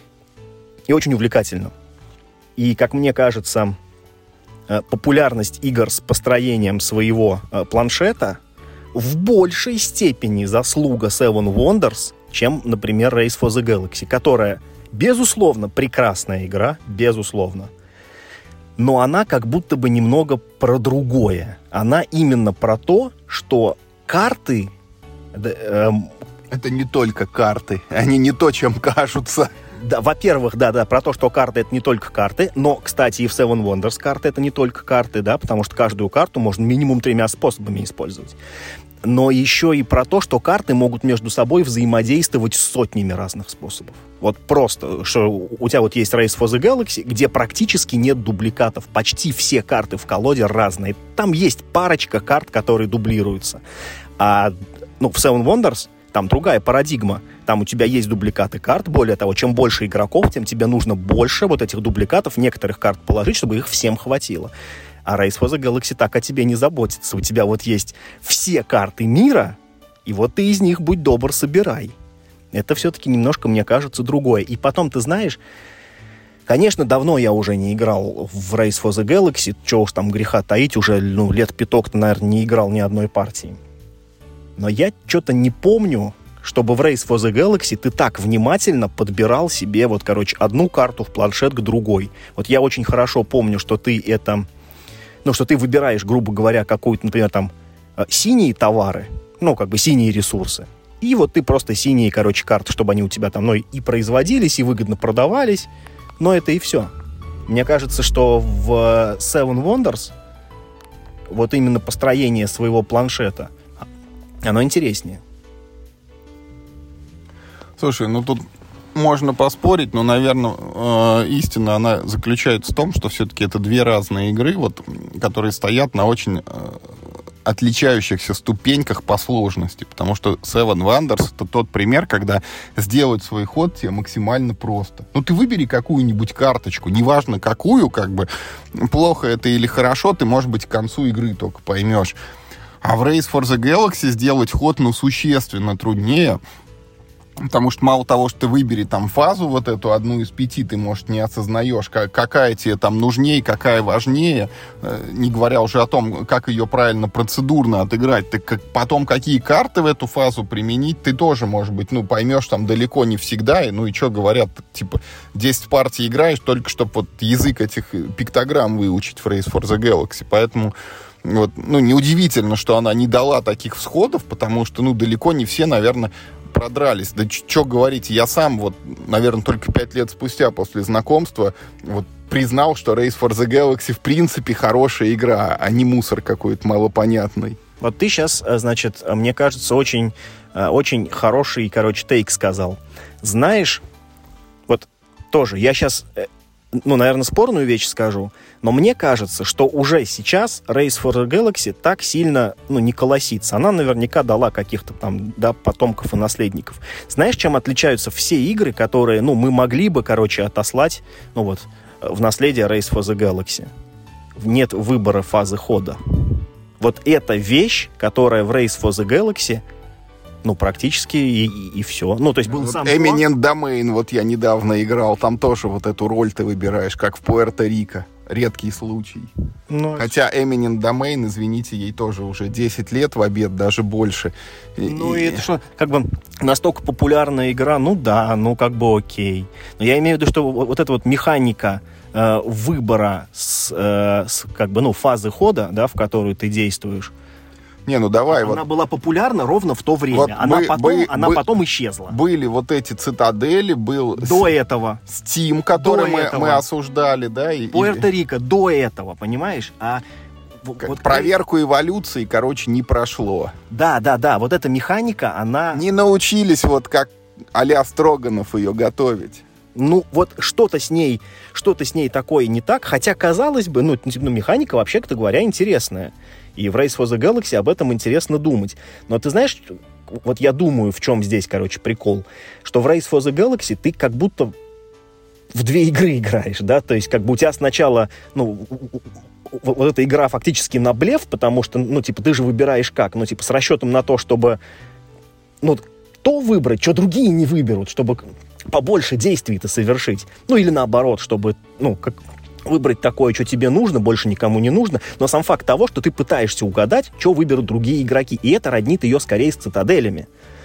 и очень увлекательно. И, как мне кажется, популярность игр с построением своего планшета в большей степени заслуга Seven Wonders, чем, например, Race for the Galaxy, которая, безусловно, прекрасная игра, безусловно. Но она как будто бы немного про другое. Она именно про то, что карты... Э, это не только карты. Они не то, чем кажутся. Да, во-первых, да-да, про то, что карты — это не только карты. Но, кстати, и в Seven Wonders карты — это не только карты, да, потому что каждую карту можно минимум тремя способами использовать. Но еще и про то, что карты могут между собой взаимодействовать сотнями разных способов. Вот просто, что у тебя вот есть Race for the Galaxy, где практически нет дубликатов. Почти все карты в колоде разные. Там есть парочка карт, которые дублируются. А ну, в Seven Wonders там другая парадигма. Там у тебя есть дубликаты карт. Более того, чем больше игроков, тем тебе нужно больше вот этих дубликатов, некоторых карт положить, чтобы их всем хватило. А Race for the Galaxy так о тебе не заботится. У тебя вот есть все карты мира, и вот ты из них, будь добр, собирай. Это все-таки немножко, мне кажется, другое. И потом, ты знаешь, конечно, давно я уже не играл в Race for the Galaxy. Чего уж там греха таить, уже ну, лет пяток-то, наверное, не играл ни одной партии. Но я что-то не помню, чтобы в Race for the Galaxy ты так внимательно подбирал себе, вот, короче, одну карту в планшет к другой. Вот я очень хорошо помню, что ты это... Ну, что ты выбираешь, грубо говоря, какую-то, например, там, синие товары, ну, как бы синие ресурсы. И вот ты просто синие, короче, карты, чтобы они у тебя там, ну, и производились, и выгодно продавались. Но это и все. Мне кажется, что в Seven Wonders вот именно построение своего планшета, оно интереснее. Слушай, ну тут можно поспорить, но, наверное, э, истина, она заключается в том, что все-таки это две разные игры, вот, которые стоят на очень э, отличающихся ступеньках по сложности. Потому что Seven Wonders — это тот пример, когда сделать свой ход тебе максимально просто. Ну, ты выбери какую-нибудь карточку, неважно какую, как бы, плохо это или хорошо, ты, может быть, к концу игры только поймешь. А в Race for the Galaxy сделать ход, ну, существенно труднее. Потому что мало того, что ты выбери там фазу вот эту, одну из пяти, ты, может, не осознаешь, как, какая тебе там нужнее, какая важнее, не говоря уже о том, как ее правильно процедурно отыграть. Ты как, потом какие карты в эту фазу применить, ты тоже, может быть, ну, поймешь там далеко не всегда. И, ну и что говорят, типа, десять партий играешь, только чтобы вот язык этих пиктограмм выучить в Race for the Galaxy. Поэтому... Вот, ну, неудивительно, что она не дала таких всходов, потому что, ну, далеко не все, наверное, продрались. Да что говорить, я сам вот, наверное, только пять лет спустя после знакомства вот признал, что Race for the Galaxy в принципе хорошая игра, а не мусор какой-то малопонятный. Вот ты сейчас, значит, мне кажется, очень, очень хороший, короче, тейк сказал. Знаешь, вот тоже, я сейчас... ну, наверное, спорную вещь скажу, но мне кажется, что уже сейчас Race for the Galaxy так сильно, ну, не колосится. Она наверняка дала каких-то там, да, потомков и наследников. Знаешь, чем отличаются все игры, которые, ну, мы могли бы, короче, отослать, ну, вот, в наследие Race for the Galaxy? Нет выбора фазы хода. Вот эта вещь, которая в Race for the Galaxy... Ну, практически и, и, и все. Ну, то есть был вот сам... Eminent Domain, вот я недавно играл, там тоже вот эту роль ты выбираешь, как в Пуэрто-Рико. Редкий случай. Но... Хотя Eminent Domain, извините, ей тоже уже десять лет в обед, даже больше. Ну, и, и это что, как бы настолько популярная игра, ну да, ну как бы окей. Но я имею в виду, что вот, вот эта вот механика э, выбора с, э, с, как бы, ну, фазы хода, да, в которую ты действуешь, Не, ну давай. Она вот. была популярна ровно в то время. Вот она бы, потом, бы, она бы, потом исчезла. Были вот эти цитадели, был до с, этого. Steam, который мы, мы осуждали, да? И, Пуэрто-Рико, и... до этого, понимаешь? А вот проверку ты... эволюции, короче, не прошло. Да, да, да. Вот эта механика, она... Не научились вот как а-ля Строганов ее готовить. ну, вот что-то с ней, что-то с ней такое не так, хотя, казалось бы, ну, ну механика, вообще-то говоря, интересная. И в Race for the Galaxy об этом интересно думать. Но ты знаешь, вот я думаю, в чем здесь, короче, прикол, что в Race for the Galaxy ты как будто в две игры играешь, да, то есть как бы у тебя сначала, ну, вот эта игра фактически на блеф, потому что, ну, типа, ты же выбираешь как, ну, типа, с расчетом на то, чтобы, ну, то выбрать, что другие не выберут, чтобы побольше действий-то совершить. Ну, или наоборот, чтобы, ну, как выбрать такое, что тебе нужно, больше никому не нужно. Но сам факт того, что ты пытаешься угадать, что выберут другие игроки. И это роднит ее скорее с цитаделями.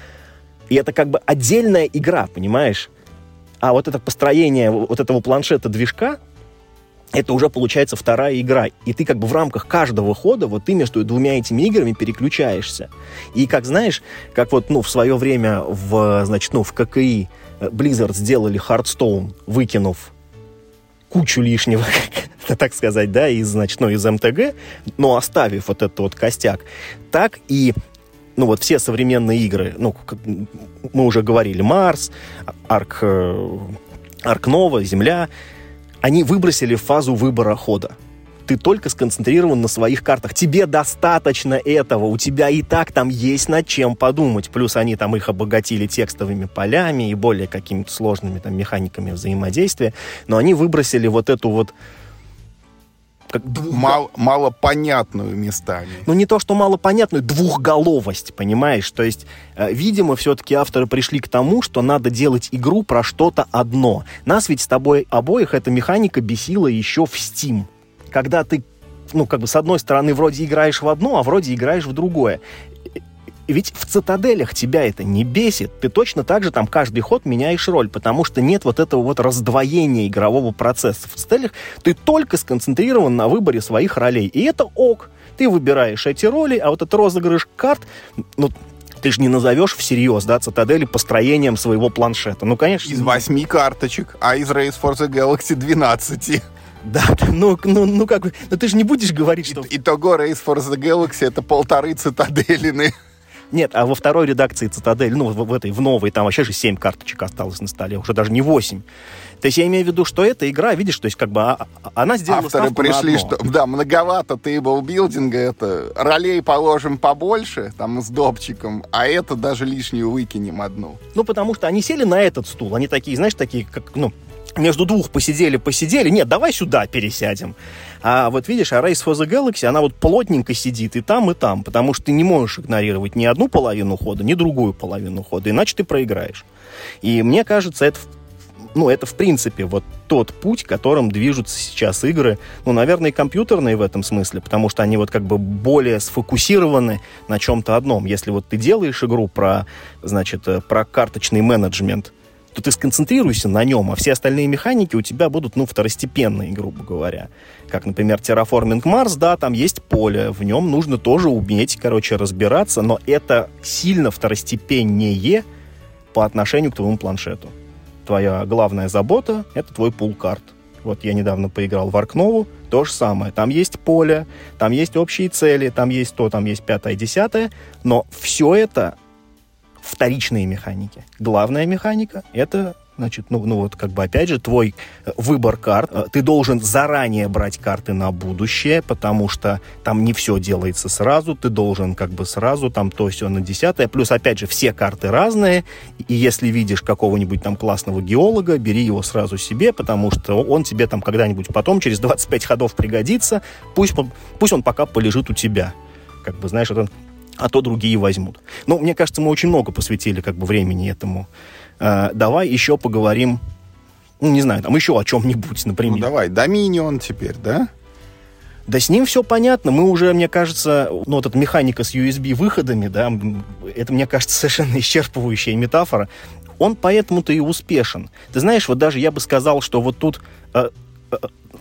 И это как бы отдельная игра, понимаешь? А вот это построение вот этого планшета-движка, это уже получается вторая игра. И ты как бы в рамках каждого хода вот ты между двумя этими играми переключаешься. И как знаешь, как вот, ну, в свое время в, значит, ну, в ККИ Blizzard сделали Hearthstone, выкинув кучу лишнего, так сказать, да, из, значит, ну, из эм тэ гэ, но оставив вот этот вот костяк, так и, ну, вот все современные игры, ну, мы уже говорили, Марс, Арк, Арк Нова, Земля, они выбросили фазу выбора хода. Ты только сконцентрирован на своих картах. Тебе достаточно этого. У тебя и так там есть над чем подумать. Плюс они там их обогатили текстовыми полями и более какими-то сложными там механиками взаимодействия. Но они выбросили вот эту вот... Как... Мал, малопонятную местами. Ну, не то, что малопонятную, двухголовость, понимаешь? То есть, э, видимо, все-таки авторы пришли к тому, что надо делать игру про что-то одно. Нас ведь с тобой обоих эта механика бесила еще в Steam. Когда ты, ну, как бы, с одной стороны, вроде играешь в одно, а вроде играешь в другое. Ведь в цитаделях тебя это не бесит. Ты точно так же там каждый ход меняешь роль, потому что нет вот этого вот раздвоения игрового процесса. В цитаделях ты только сконцентрирован на выборе своих ролей. И это ок. Ты выбираешь эти роли, а вот этот розыгрыш карт, ну, ты же не назовешь всерьез, да, цитадели построением своего планшета. Ну, конечно... Из восьми карточек, а из Race for the Galaxy двенадцати. Да, ну, ну, ну как бы, ну ты же не будешь говорить, что... Итого Race for the Galaxy — это полторы цитаделины. Нет, а во второй редакции «Цитадель», ну, в, в этой, в новой, там вообще же семь карточек осталось на столе, уже даже не восемь. То есть я имею в виду, что эта игра, видишь, то есть как бы а, она сделала авторы ставку пришли, на одно. Что, да, многовато тейблбилдинга, это ролей положим побольше, там, с допчиком, а это даже лишнюю выкинем одну. Ну, потому что они сели на этот стул, они такие, знаешь, такие, как, ну, между двух посидели-посидели, нет, давай сюда пересядем. А вот видишь, а Race for the Galaxy, она вот плотненько сидит и там, и там, потому что ты не можешь игнорировать ни одну половину хода, ни другую половину хода, иначе ты проиграешь. И мне кажется, это, ну, это в принципе вот тот путь, которым движутся сейчас игры, ну, наверное, и компьютерные в этом смысле, потому что они вот как бы более сфокусированы на чем-то одном. Если вот ты делаешь игру про, значит, про карточный менеджмент, то ты сконцентрируйся на нем, а все остальные механики у тебя будут, ну, второстепенные, грубо говоря. Как, например, Terraforming Mars, да, там есть поле, в нем нужно тоже уметь, короче, разбираться, но это сильно второстепеннее по отношению к твоему планшету. Твоя главная забота — это твой пул карт. Вот я недавно поиграл в Арк Нову, то же самое. Там есть поле, там есть общие цели, там есть то, там есть пятое, десятое, но все это вторичные механики. Главная механика — это, значит, ну, ну вот как бы опять же твой выбор карт. Ты должен заранее брать карты на будущее, потому что там не все делается сразу. Ты должен как бы сразу там то все на десятое. Плюс опять же все карты разные. И если видишь какого-нибудь там классного геолога, бери его сразу себе, потому что он тебе там когда-нибудь потом через двадцать пять ходов пригодится. Пусть, пусть он пока полежит у тебя. Как бы, знаешь, это... а то другие возьмут. Ну, мне кажется, мы очень много посвятили как бы времени этому. Э, давай еще поговорим, ну, не знаю, там еще о чем-нибудь, например. Ну, давай, Dominion теперь, да? Да с ним все понятно. Мы уже, мне кажется, ну, вот эта механика с ю эс би-выходами, да, это, мне кажется, совершенно исчерпывающая метафора. Он поэтому-то и успешен. Ты знаешь, вот даже я бы сказал, что вот тут э, э,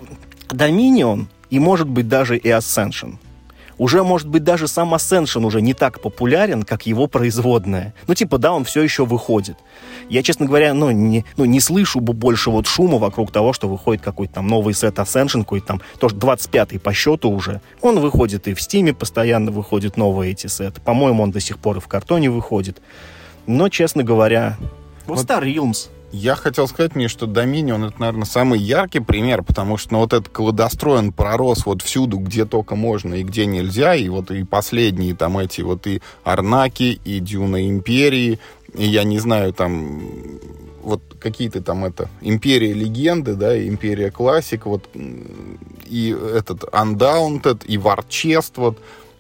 Dominion и, может быть, даже и Ascension. Уже, может быть, даже сам Ascension уже не так популярен, как его производная. Ну, типа, да, он все еще выходит. Я, честно говоря, ну, не, ну, не слышу больше вот шума вокруг того, что выходит какой-то там новый сет Ascension, какой-то там, тоже двадцать пятый по счету уже. Он выходит и в Steam постоянно выходят новые эти сеты. По-моему, он до сих пор и в картоне выходит. Но, честно говоря... Вот Star Realms. Я хотел сказать мне, что Dominion — это, наверное, самый яркий пример, потому что ну, вот этот кладострой, он пророс вот всюду, где только можно и где нельзя, и вот и последние там эти вот и Арнаки, и Дюна Империи, и я не знаю, там вот какие-то там это Империя Легенды, да, и Империя Классик, вот и этот Undaunted, и War Chest, вот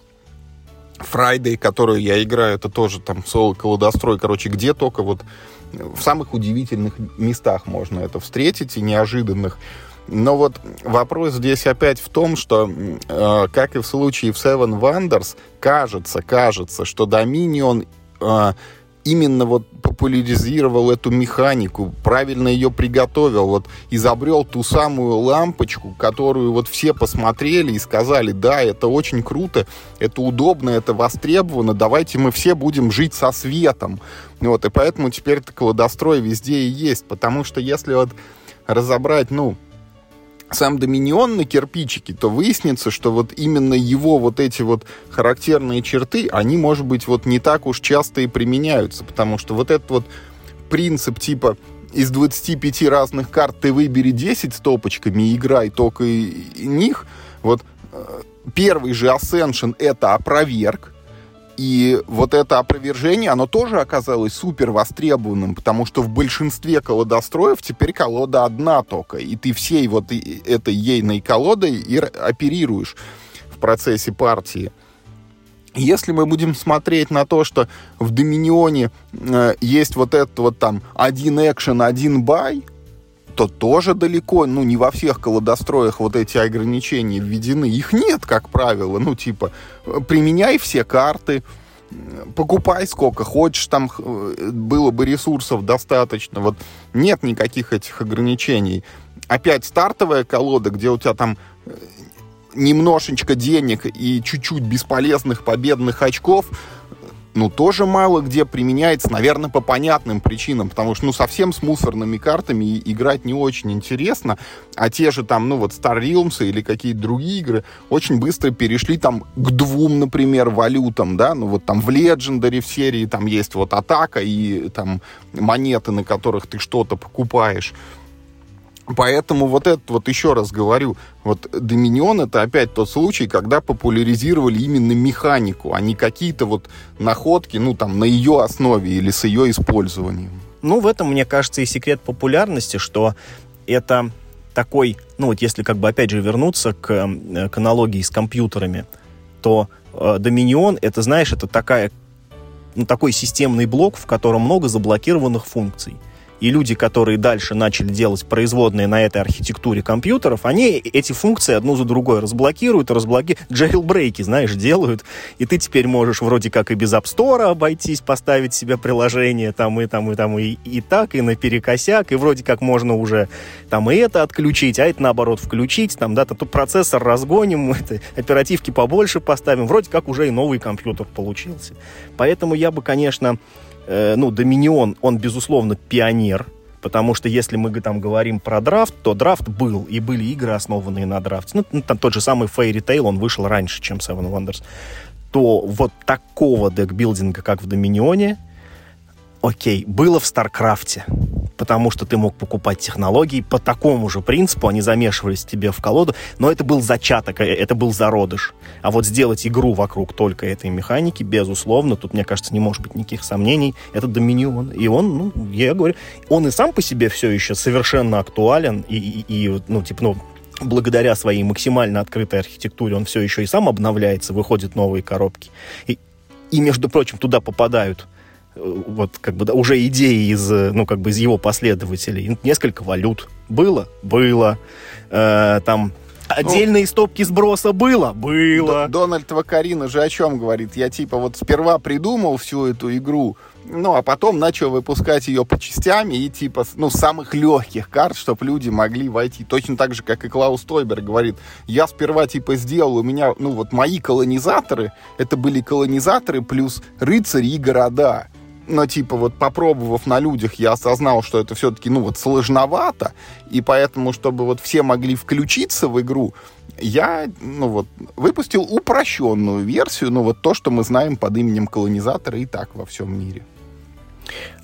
Friday, которую я играю, это тоже там соло-кладострой, короче, где только вот в самых удивительных местах можно это встретить и неожиданных. Но вот вопрос здесь опять в том, что, э, как и в случае в Seven Wonders, кажется, кажется, что Dominion э, именно вот популяризировал эту механику, правильно ее приготовил, вот изобрел ту самую лампочку, которую вот все посмотрели и сказали, да, это очень круто, это удобно, это востребовано, давайте мы все будем жить со светом. Вот, и поэтому теперь это кладострой везде и есть, потому что если вот разобрать, ну, сам Доминион на кирпичике, то выяснится, что вот именно его вот эти вот характерные черты, они, может быть, вот не так уж часто и применяются, потому что вот этот вот принцип типа из двадцати пяти разных карт ты выбери десять с топочками и играй только и них, вот первый же Ascension это опроверг. И вот это опровержение, оно тоже оказалось супер востребованным, потому что в большинстве колодостроев теперь колода одна только, и ты всей вот этой ейной колодой и оперируешь в процессе партии. Если мы будем смотреть на то, что в Доминионе э, есть вот этот вот там один экшен, один бай, то тоже далеко, ну, не во всех колодостроях вот эти ограничения введены. Их нет, как правило. Ну, типа, применяй все карты, покупай сколько хочешь, там было бы ресурсов достаточно. Вот нет никаких этих ограничений. Опять стартовая колода, где у тебя там немножечко денег и чуть-чуть бесполезных победных очков, ну, тоже мало где применяется, наверное, по понятным причинам, потому что, ну, совсем с мусорными картами играть не очень интересно, а те же там, ну, вот Star Realms или какие-то другие игры очень быстро перешли там к двум, например, валютам, да, ну, вот там в Legendary в серии там есть вот атака и там монеты, на которых ты что-то покупаешь. Поэтому вот это вот еще раз говорю, вот Доминион это опять тот случай, когда популяризировали именно механику, а не какие-то вот находки, ну там на ее основе или с ее использованием. Ну в этом, мне кажется, и секрет популярности, что это такой, ну вот если как бы опять же вернуться к, к аналогии с компьютерами, то э, Доминион это, знаешь, это такая, ну, такой системный блок, в котором много заблокированных функций. И люди, которые дальше начали делать производные на этой архитектуре компьютеров, они эти функции одну за другой разблокируют, разблокируют, джейлбрейки, знаешь, делают. И ты теперь можешь вроде как и без App Store обойтись, поставить себе приложение там и там, и там, и, и так, и наперекосяк, и вроде как можно уже там и это отключить, а это наоборот включить, там, да, тут процессор разгоним, это, оперативки побольше поставим, вроде как уже и новый компьютер получился. Поэтому я бы, конечно... Ну, Доминион, он, безусловно, пионер, потому что если мы там говорим про драфт, то драфт был, и были игры, основанные на драфте. Ну, там тот же самый Fairy Tail, он вышел раньше, чем Seven Wonders. То вот такого декбилдинга, как в Доминионе, окей, было в Старкрафте, потому что ты мог покупать технологии по такому же принципу, они замешивались тебе в колоду, но это был зачаток, это был зародыш. А вот сделать игру вокруг только этой механики, безусловно, тут, мне кажется, не может быть никаких сомнений, это Доминион. И он, ну, я говорю, он и сам по себе все еще совершенно актуален, и, и, и ну, типа, ну, благодаря своей максимально открытой архитектуре он все еще и сам обновляется, выходят новые коробки. И, и между прочим, туда попадают вот как бы да, уже идеи из, ну, как бы из его последователей. Несколько валют. Было? Было. Э, там отдельные ну, стопки сброса было? Было. Дональд Вакарина же о чем говорит? Я типа вот сперва придумал всю эту игру, ну, а потом начал выпускать ее по частями и типа, ну, самых легких карт, чтобы люди могли войти. Точно так же, как и Клаус Тойберг говорит. Я сперва типа сделал, у меня, ну, вот мои колонизаторы, это были колонизаторы плюс рыцари и города. Но, типа, вот попробовав на людях, я осознал, что это все-таки, ну, вот сложновато, и поэтому, чтобы вот все могли включиться в игру, я, ну, вот, выпустил упрощенную версию, ну, вот то, что мы знаем под именем колонизатора и так во всем мире.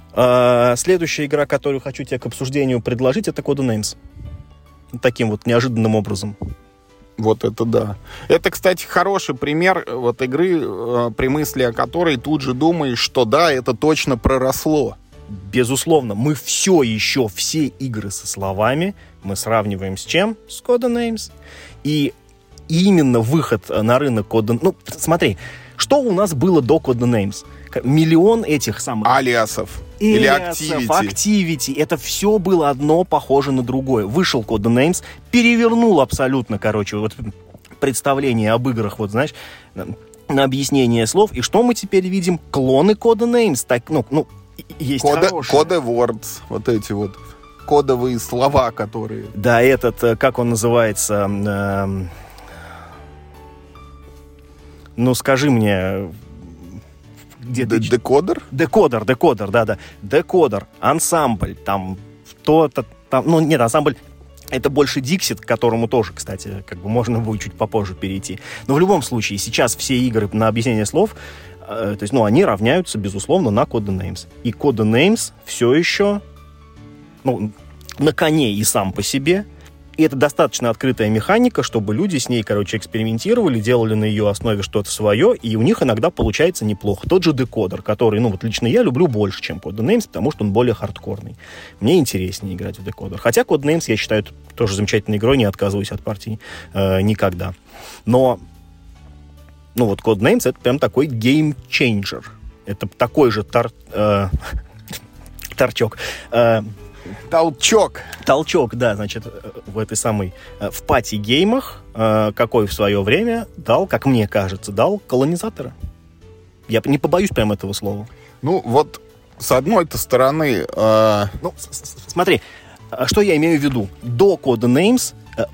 А, следующая игра, которую хочу тебе к обсуждению предложить, это Codenames. Таким вот неожиданным образом. Вот это да. Это, кстати, хороший пример вот игры, э, при мысли о которой тут же думаешь, что да, это точно проросло. Безусловно, мы все еще, все игры со словами мы сравниваем с чем? С Codenames. И именно выход на рынок Codenames... Ну, смотри, что у нас было до Codenames? Миллион этих самых... Алиасов. Или Activity. Activity. Это все было одно похоже на другое. Вышел Codenames, перевернул абсолютно, короче, вот представление об играх, вот, знаешь, на объяснение слов. И что мы теперь видим? Клоны Codenames. Так, ну, ну, есть Кода, хорошие. Codewords. Вот эти вот кодовые слова, которые... Да, этот, как он называется... Э, ну, скажи мне... Где Д- декодер? Декодер, декодер, да-да. Декодер, ансамбль, там то-то, там, ну, нет, ансамбль, это больше Dixit, к которому тоже, кстати, как бы можно будет чуть попозже перейти. Но в любом случае, сейчас все игры на объяснение слов, э, то есть, ну, они равняются, безусловно, на Codenames. И Codenames все еще, ну, на коне и сам по себе. И это достаточно открытая механика, чтобы люди с ней, короче, экспериментировали, делали на ее основе что-то свое, и у них иногда получается неплохо. Тот же декодер, который, ну, вот лично я люблю больше, чем Codenames, потому что он более хардкорный. Мне интереснее играть в декодер. Хотя Codenames, я считаю, тоже замечательной игрой, не отказываюсь от партии э, никогда. Но, ну, вот Codenames — это прям такой гейм-чейнджер. Это такой же тор... Э, торчок. Э, Толчок. Толчок, да, значит, в этой самой, в пати-геймах, какой в свое время дал, как мне кажется, дал колонизатора. Я не побоюсь прям этого слова. Ну, вот с одной-то стороны... Э... Ну, смотри, что я имею в виду. До Codenames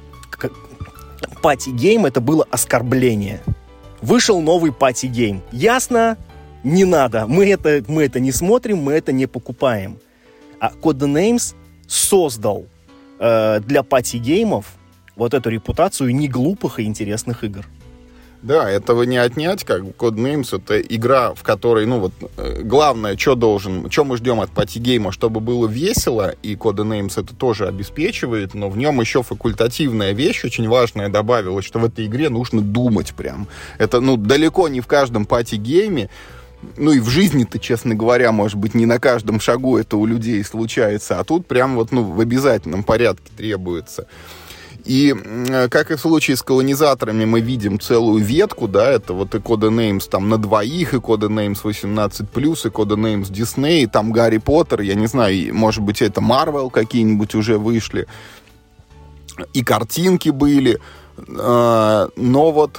пати-гейм — это было оскорбление. Вышел новый пати-гейм. Ясно? Не надо. Мы это, мы это не смотрим, мы это не покупаем. А Codenames создал э, для пати-геймов вот эту репутацию неглупых и интересных игр. Да, этого не отнять, как Codenames — это игра, в которой, ну вот, э, главное, что должен, что мы ждем от пати-гейма, чтобы было весело, и Codenames это тоже обеспечивает, но в нем еще факультативная вещь очень важная добавилась, что в этой игре нужно думать прям. Это, ну, далеко не в каждом пати-гейме. Ну и в жизни-то, честно говоря, может быть, не на каждом шагу это у людей случается, а тут прям вот, ну, в обязательном порядке требуется. И, как и в случае с колонизаторами, мы видим целую ветку, да, это вот и Codenames там на двоих, и Codenames восемнадцать плюс, и Codenames Disney, и там Гарри Поттер, я не знаю, может быть, это Marvel какие-нибудь уже вышли, и картинки были, но вот...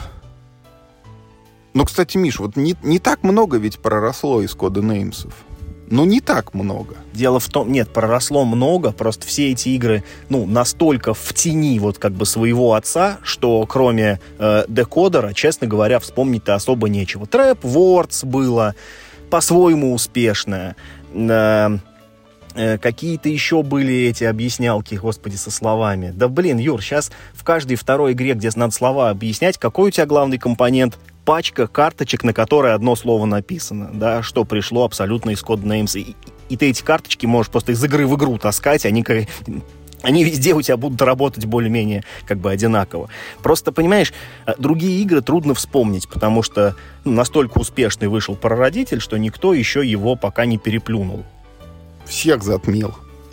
Ну, кстати, Миш, вот не, не так много ведь проросло из Codenames'ов. Ну, не так много. Дело в том, нет, проросло много, просто все эти игры, ну, настолько в тени вот как бы своего отца, что кроме э, декодера, честно говоря, вспомнить-то особо нечего. Trap Wars было по-своему успешное. Э, э, какие-то еще были эти объяснялки, господи, со словами. Да, блин, Юр, сейчас в каждой второй игре, где надо слова объяснять, какой у тебя главный компонент? Пачка карточек, на которой одно слово написано, да, что пришло абсолютно из Codenames. И, и ты эти карточки можешь просто из игры в игру таскать, они, они везде у тебя будут работать более-менее как бы одинаково. Просто, понимаешь, другие игры трудно вспомнить, потому что ну, настолько успешный вышел прародитель, что никто еще его пока не переплюнул. Всех затмил.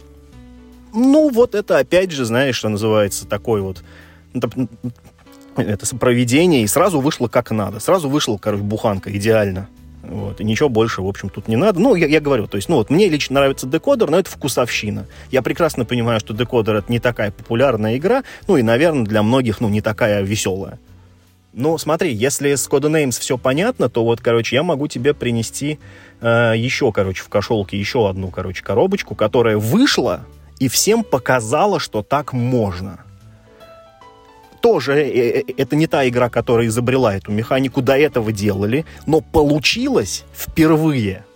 Ну, вот это опять же, знаешь, что называется, такой вот... Это проведение, и сразу вышло как надо. Сразу вышла, короче, буханка, идеально. Вот, и ничего больше, в общем, тут не надо. Ну, я, я говорю, то есть, ну, вот мне лично нравится декодер, но это вкусовщина. Я прекрасно понимаю, что декодер — это не такая популярная игра, ну, и, наверное, для многих, ну, не такая веселая. Ну, смотри, если с Codenames все понятно, то вот, короче, я могу тебе принести э, еще, короче, в кошелке еще одну, короче, коробочку, которая вышла и всем показала, что так можно. Тоже это не та игра, которая изобрела эту механику, до этого делали, но получилось впервые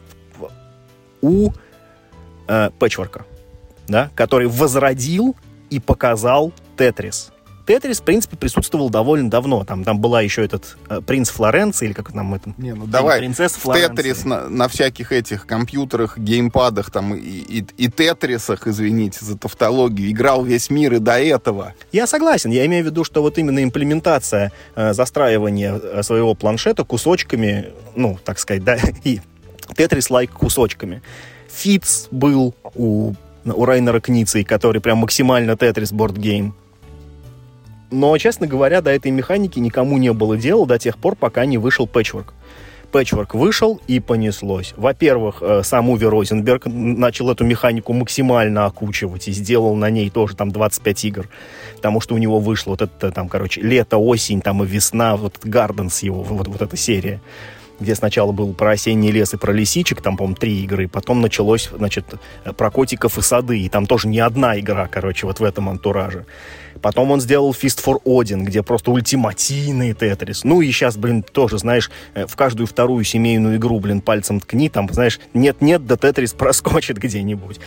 у э, Patchwork, да, который возродил и показал Тетрис. Тетрис, в принципе, присутствовал довольно давно. Там, там была еще этот э, принц Флоренции, или как нам это... Не, ну давай, принцесса в Тетрис на, на всяких этих компьютерах, геймпадах там, и, и, и Тетрисах, извините за тавтологию, играл весь мир и до этого. Я согласен. Я имею в виду, что вот именно имплементация, э, застраивание своего планшета кусочками, ну, так сказать, да, и Тетрис-лайк кусочками. Фитц был у, у Райнера Кницей, который прям максимально Тетрис бордгейм. Но, честно говоря, до этой механики никому не было дела до тех пор, пока не вышел Patchwork. Patchwork вышел, и понеслось. Во-первых, сам Уве Розенберг начал эту механику максимально окучивать и сделал на ней тоже там двадцать пять игр. Потому что у него вышло вот это там, короче, лето, осень, там и весна, вот Gardens его, вот, вот эта серия, где сначала был про осенний лес и про лисичек, там, по-моему, три игры, потом началось, значит, про котиков и сады, и там тоже не одна игра, короче, вот в этом антураже. Потом он сделал Fist for Odin, где просто ультимативный Тетрис. Ну и сейчас, блин, тоже, знаешь, в каждую вторую семейную игру, блин, пальцем ткни, там, знаешь, нет-нет, да Тетрис проскочит где-нибудь.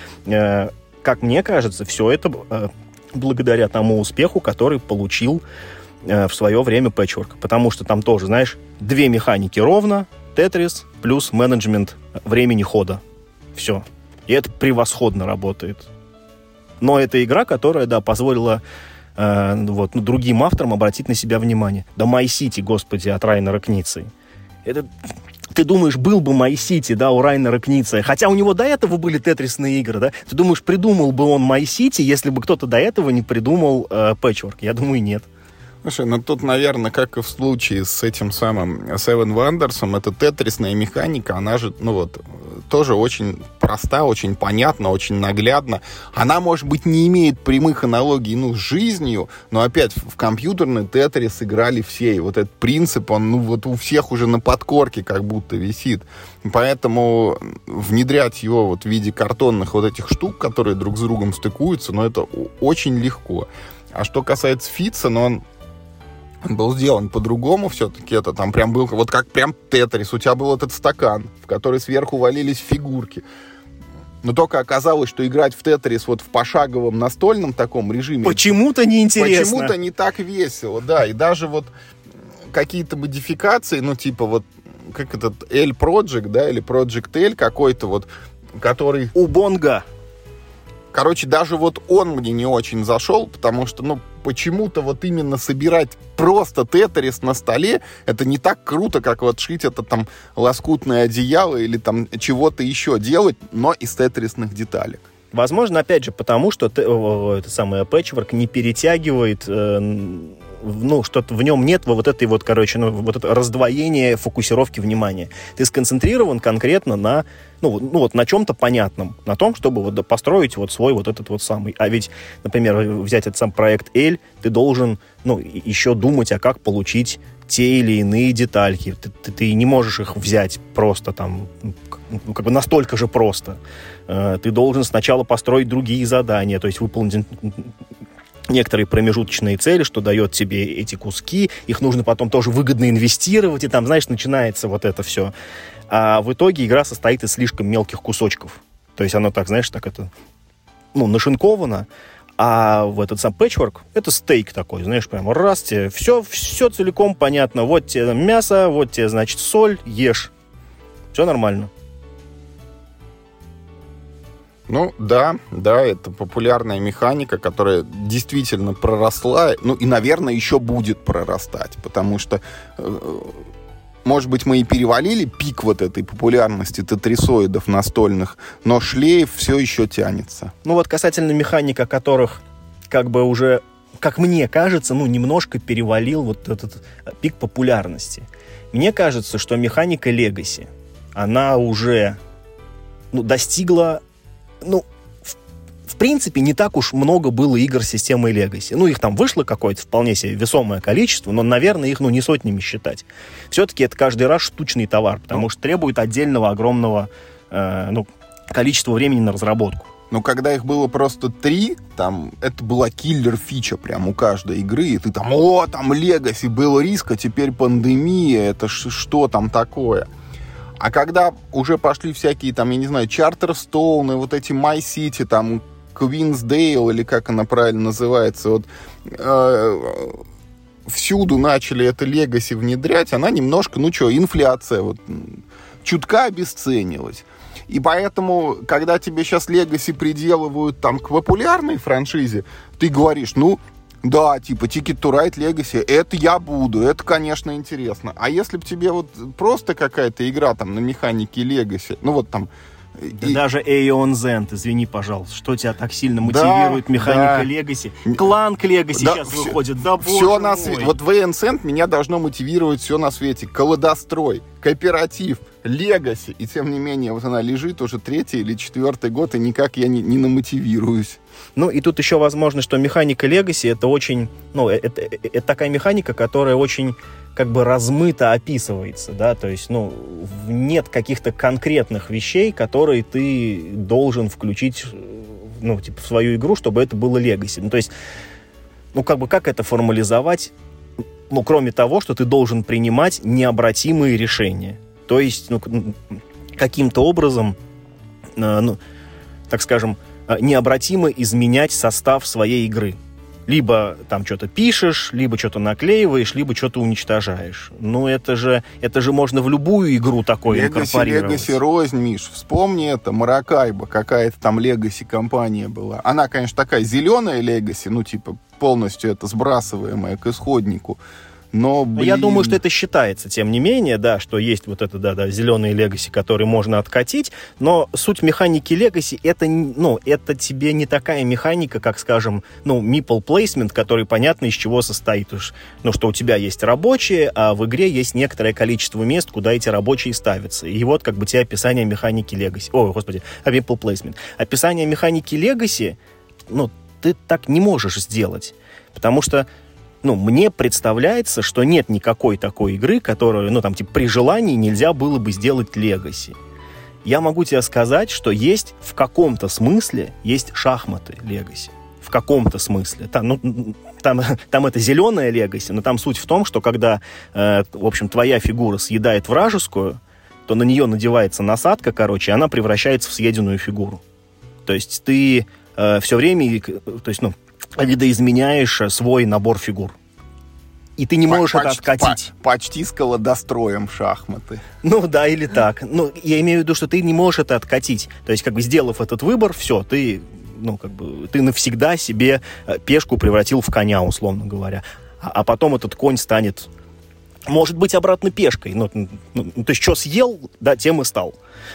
Как мне кажется, все это благодаря тому успеху, который получил в свое время Patchwork. Потому что там тоже, знаешь, две механики ровно, Тетрис плюс менеджмент времени хода. Все. И это превосходно работает. Но это игра, которая, да, позволила э, вот, ну, другим авторам обратить на себя внимание. Да My City, господи, от Райнера Кницей. Это... Ты думаешь, был бы My City, да, у Райнера Кница, хотя у него до этого были тетрисные игры, да? Ты думаешь, придумал бы он My City, если бы кто-то до этого не придумал э, Patchwork? Я думаю, нет. Слушай, ну тут, наверное, как и в случае с этим самым Seven Wonders, эта тетрисная механика, она же, ну вот, тоже очень проста, очень понятна, очень наглядна. Она, может быть, не имеет прямых аналогий, ну, с жизнью, но опять в компьютерный тетрис играли все. И вот этот принцип, он, ну, вот у всех уже на подкорке как будто висит. Поэтому внедрять его вот в виде картонных вот этих штук, которые друг с другом стыкуются, ну, это очень легко. А что касается Фитца, ну, он Он был сделан по-другому все-таки. Это там прям был, вот как прям Тетрис. У тебя был этот стакан, в который сверху валились фигурки. Но только оказалось, что играть в Тетрис вот в пошаговом настольном таком режиме... Почему-то неинтересно. Почему-то не так весело, да. И даже вот какие-то модификации, ну типа вот как этот L-Project, да, или Project L какой-то вот, который... У Бонга. Короче, даже вот он мне не очень зашел, потому что, ну, почему-то вот именно собирать просто Тетрис на столе, это не так круто, как вот шить это там лоскутное одеяло или там чего-то еще делать, но из тетрисных деталек. Возможно, опять же, потому что это самое Patchwork не перетягивает, э, ну, что-то в нем нет вот этой вот, короче, ну, вот это раздвоение фокусировки внимания. Ты сконцентрирован конкретно на, ну, ну вот на чем-то понятном, на том, чтобы вот построить вот свой вот этот вот самый. А ведь, например, взять этот сам проект L, ты должен, ну, еще думать, а как получить те или иные детальки. Ты, ты, ты не можешь их взять просто там, ну, как бы настолько же просто. Ты должен сначала построить другие задания, то есть выполнить некоторые промежуточные цели, что дает тебе эти куски, их нужно потом тоже выгодно инвестировать, и там, знаешь, начинается вот это все. А в итоге игра состоит из слишком мелких кусочков. То есть оно так, знаешь, так это, ну, нашинковано, а в этот сам Patchwork это стейк такой, знаешь, прям раз тебе, все, все целиком понятно, вот тебе мясо, вот тебе, значит, соль, ешь. Все нормально. Ну, да, да, это популярная механика, которая действительно проросла, ну, и, наверное, еще будет прорастать, потому что, э, может быть, мы и перевалили пик вот этой популярности тетрисоидов настольных, но шлейф все еще тянется. Ну, вот касательно механик, о которых, как бы уже, как мне кажется, ну, немножко перевалил вот этот пик популярности. Мне кажется, что механика Legacy, она уже, ну, достигла... Ну, в, в принципе, не так уж много было игр с системой Legacy. Ну, их там вышло какое-то вполне себе весомое количество, но, наверное, их, ну, не сотнями считать. Все-таки это каждый раз штучный товар, потому ну, что требует отдельного огромного э, ну, количества времени на разработку. Ну, когда их было просто три, там, это была киллер-фича прям у каждой игры, и ты там, о, там Legacy, был риск, а теперь пандемия, это ш- что там такое? А когда уже пошли всякие, там, я не знаю, Charterstone и вот эти My City, там, Квинсдейл, или как она правильно называется, вот э, всюду начали это легаси внедрять, она немножко, ну что, инфляция, вот, чутка обесценилась. И поэтому, когда тебе сейчас легаси приделывают там к популярной франшизе, ты говоришь, ну, да, типа Ticket to Ride Legacy, это я буду, это, конечно, интересно. А если бы тебе вот просто какая-то игра там на механике Legacy, ну вот там... Да и... Даже Aeon Zend, извини, пожалуйста, что тебя так сильно мотивирует да, механика да. Legacy? Кланк Legacy да, сейчас все, выходит, да боже все на свете. Вот в Aeon Zend меня должно мотивировать все на свете. Колодострой, кооператив, Legacy. И тем не менее, вот она лежит уже третий или четвертый год, и никак я не, не намотивируюсь. Ну, и тут еще возможно, что механика Legacy это очень... Ну, это, это, это такая механика, которая очень как бы размыто описывается, да, то есть, ну, нет каких-то конкретных вещей, которые ты должен включить, ну, типа, в свою игру, чтобы это было Legacy. Ну, то есть, ну, как бы, как это формализовать? Ну, кроме того, что ты должен принимать необратимые решения. То есть, ну, каким-то образом, э, ну, так скажем, необратимо изменять состав своей игры. Либо там что-то пишешь, либо что-то наклеиваешь, либо что-то уничтожаешь. Ну, это же, это же можно в любую игру такое инкорпорировать. Legacy рознь, Миш. Вспомни это, Маракайбо, какая-то там Legacy компания была. Она, конечно, такая зеленая Legacy, ну, типа, полностью это сбрасываемая к исходнику. Но, блин... Я думаю, что это считается, тем не менее, да, что есть вот это, да, да, зеленые Legacy, которые можно откатить, но суть механики Legacy, это, ну, это тебе не такая механика, как, скажем, ну, meeple placement, который понятно из чего состоит, уж, ну, что у тебя есть рабочие, а в игре есть некоторое количество мест, куда эти рабочие ставятся. И вот как бы тебе описание механики Legacy. Ой, господи, а meeple placement. Описание механики Legacy, ну, ты так не можешь сделать, потому что ну, мне представляется, что нет никакой такой игры, которую, ну, там, типа, при желании нельзя было бы сделать Legacy. Я могу тебе сказать, что есть в каком-то смысле, есть шахматы Legacy. В каком-то смысле. Там, ну, там, там это зеленая Legacy, но там суть в том, что когда, э, в общем, твоя фигура съедает вражескую, то на нее надевается насадка, короче, и она превращается в съеденную фигуру. То есть ты э, все время, то есть, ну, видоизменяешь свой набор фигур. И ты не можешь почти, это откатить. По, почти с колодостроем шахматы. Ну да, или так. Ну, я имею в виду, что ты не можешь это откатить. То есть, как бы, сделав этот выбор, все, ты, ну, как бы, ты навсегда себе пешку превратил в коня, условно говоря. А, а потом этот конь станет, может быть, обратно пешкой. Ну, ну, то есть, что съел, да, тем и стал.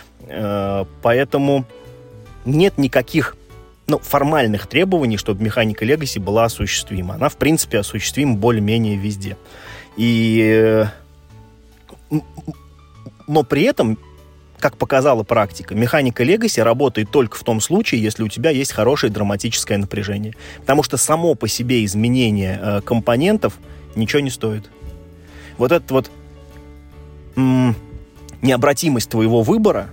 Э, поэтому нет никаких ну, формальных требований, чтобы механика Legacy была осуществима. Она, в принципе, осуществима более-менее везде. И... Но при этом, как показала практика, механика Legacy работает только в том случае, если у тебя есть хорошее драматическое напряжение. Потому что само по себе изменение э, компонентов ничего не стоит. Вот эта вот м- необратимость твоего выбора,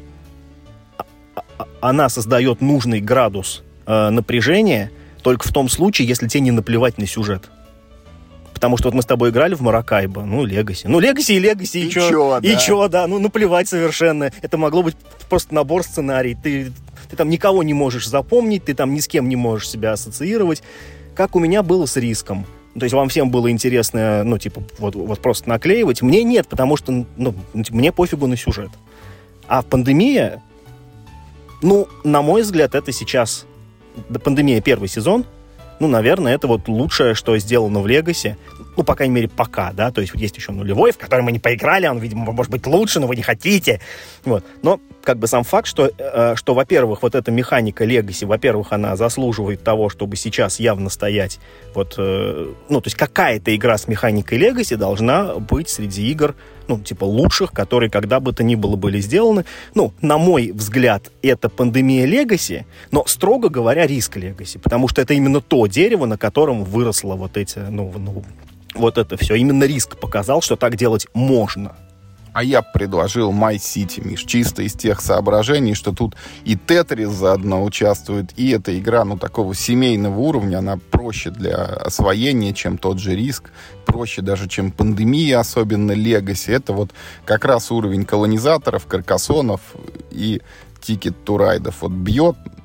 она создает нужный градус э, напряжения только в том случае, если тебе не наплевать на сюжет. Потому что вот мы с тобой играли в Маракайбо, ну, Legacy. Ну, Legacy и Legacy, и, и чё? И да. чё, да, ну, наплевать совершенно. Это могло быть просто набор сценарий. Ты, ты там никого не можешь запомнить, ты там ни с кем не можешь себя ассоциировать. Как у меня было с Риском. То есть вам всем было интересно, ну, типа, вот, вот просто наклеивать. Мне нет, потому что, ну, мне пофигу на сюжет. А Пандемия... Ну, на мой взгляд, это сейчас... Пандемия первый сезон. Ну, наверное, это вот лучшее, что сделано в Legacy. Ну, по крайней мере, пока, да. То есть есть еще нулевой, в который мы не поиграли. Он, видимо, может быть лучше, но вы не хотите. Вот. Но как бы сам факт, что, э, что, во-первых, вот эта механика Legacy, во-первых, она заслуживает того, чтобы сейчас явно стоять. Вот, э, ну, то есть какая-то игра с механикой Legacy должна быть среди игр, ну, типа, лучших, которые когда бы то ни было были сделаны. Ну, на мой взгляд, это Пандемия Legacy, но, строго говоря, Риск Legacy, потому что это именно то дерево, на котором выросло вот эти, ну, ну вот это все. Именно Риск показал, что так делать можно. А я предложил My City, Миш, чисто из тех соображений, что тут и Тетрис заодно участвует, и эта игра, ну, такого семейного уровня, она проще для освоения, чем тот же Риск, проще даже, чем Пандемия, особенно Legacy. Это вот как раз уровень колонизаторов, каркасонов и Ticket to Ride. Вот бьет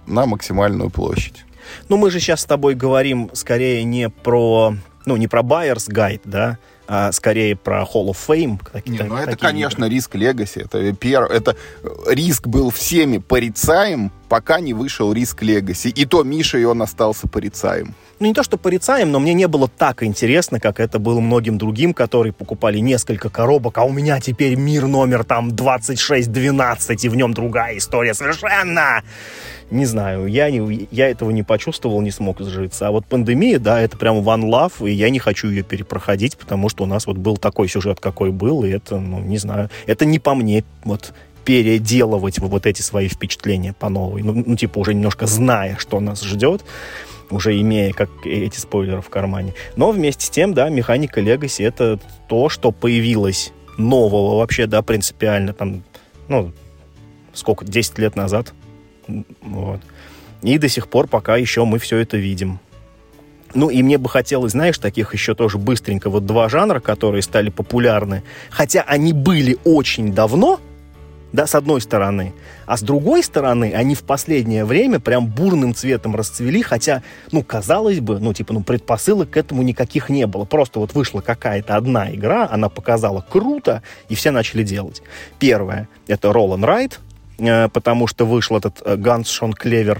на максимальную площадь. Ну, мы же сейчас с тобой говорим скорее не про, ну, не про Buyer's Guide, да, а скорее про Hall of Fame. Не, ну, это, конечно, игры. Риск Legacy. Это, пер... это риск был всеми порицаем, пока не вышел Риск Legacy. И то Миша, и он остался порицаем. Ну, не то, что порицаем, но мне не было так интересно, как это было многим другим, которые покупали несколько коробок, а у меня теперь мир номер там двадцать шесть двенадцать, и в нем другая история совершенно. Не знаю, я, не, я этого не почувствовал, не смог сжиться. А вот Пандемия, да, это прям one love, и я не хочу ее перепроходить, потому что у нас вот был такой сюжет, какой был, и это, ну, не знаю, это не по мне, вот, переделывать вот эти свои впечатления по новой. Ну, ну, типа, уже немножко зная, что нас ждет, уже имея как эти спойлеры в кармане. Но вместе с тем, да, механика Legacy — это то, что появилось нового вообще, да, принципиально, там, ну, сколько, десять лет назад. Вот. И до сих пор пока еще мы все это видим. Ну, и мне бы хотелось, знаешь, таких еще тоже быстренько вот два жанра, которые стали популярны, хотя они были очень давно, да, с одной стороны, а с другой стороны, они в последнее время прям бурным цветом расцвели, хотя, ну, казалось бы, ну, типа, ну, предпосылок к этому никаких не было. Просто вот вышла какая-то одна игра, она показала круто, и все начали делать. Первое — это Roll and Ride, э, потому что вышел этот э, Guns Шон Клевер,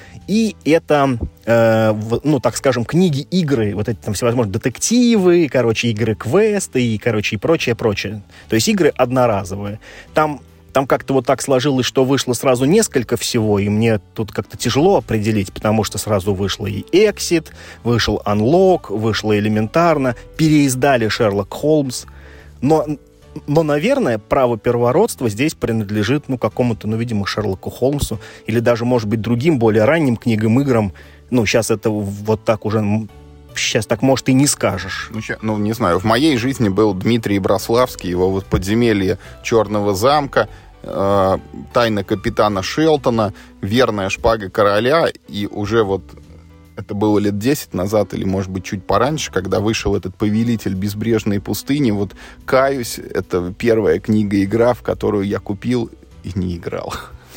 и это, э, в, ну, так скажем, книги-игры, вот эти там всевозможные детективы, короче, игры-квесты и, короче, и прочее-прочее. То есть игры одноразовые. Там Там как-то вот так сложилось, что вышло сразу несколько всего, и мне тут как-то тяжело определить, потому что сразу вышло и Exit, вышел Unlock, вышло элементарно, переиздали Шерлок Холмс. Но, но, наверное, право первородства здесь принадлежит, ну, какому-то, ну, видимо, Шерлоку Холмсу, или даже, может быть, другим, более ранним книгам-играм. Ну, сейчас это вот так уже... Сейчас так, может, и не скажешь. Ну, ща, ну, не знаю. В моей жизни был Дмитрий Браславский, его вот «Подземелье Черного замка», э, «Тайна капитана Шелтона», «Верная шпага короля». И уже вот это было лет десять назад, или, может быть, чуть пораньше, когда вышел этот «Повелитель безбрежной пустыни». Вот, каюсь, это первая книга-игра, в которую я купил и не играл.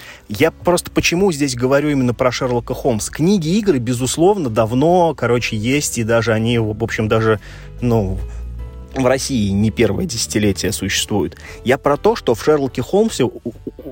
Я просто почему здесь говорю именно про Шерлока Холмса. Книги и игры, безусловно, давно, короче, есть, и даже они, в общем, даже, ну, в России не первое десятилетие существуют. Я про то, что в Шерлоке Холмсе у,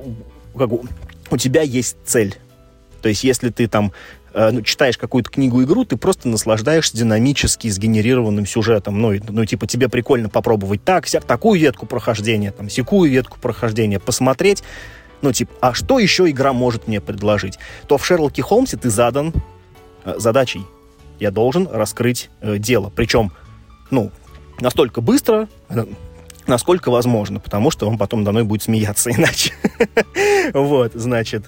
как у, у тебя есть цель. То есть, если ты там э, ну, читаешь какую-то книгу-игру, ты просто наслаждаешься динамически сгенерированным сюжетом. Ну, и, ну, типа, тебе прикольно попробовать так, сяк, такую ветку прохождения, там, сякую ветку прохождения, посмотреть. Ну, типа, а что еще игра может мне предложить? То в Шерлоке Холмсе ты задан э, задачей. Я должен раскрыть э, дело. Причем, ну, настолько быстро, э, насколько возможно, потому что он потом надо мной будет смеяться иначе. Вот, значит.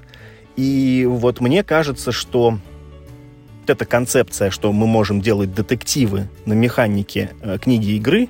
И вот мне кажется, что вот эта концепция, что мы можем делать детективы на механике э, книги игры,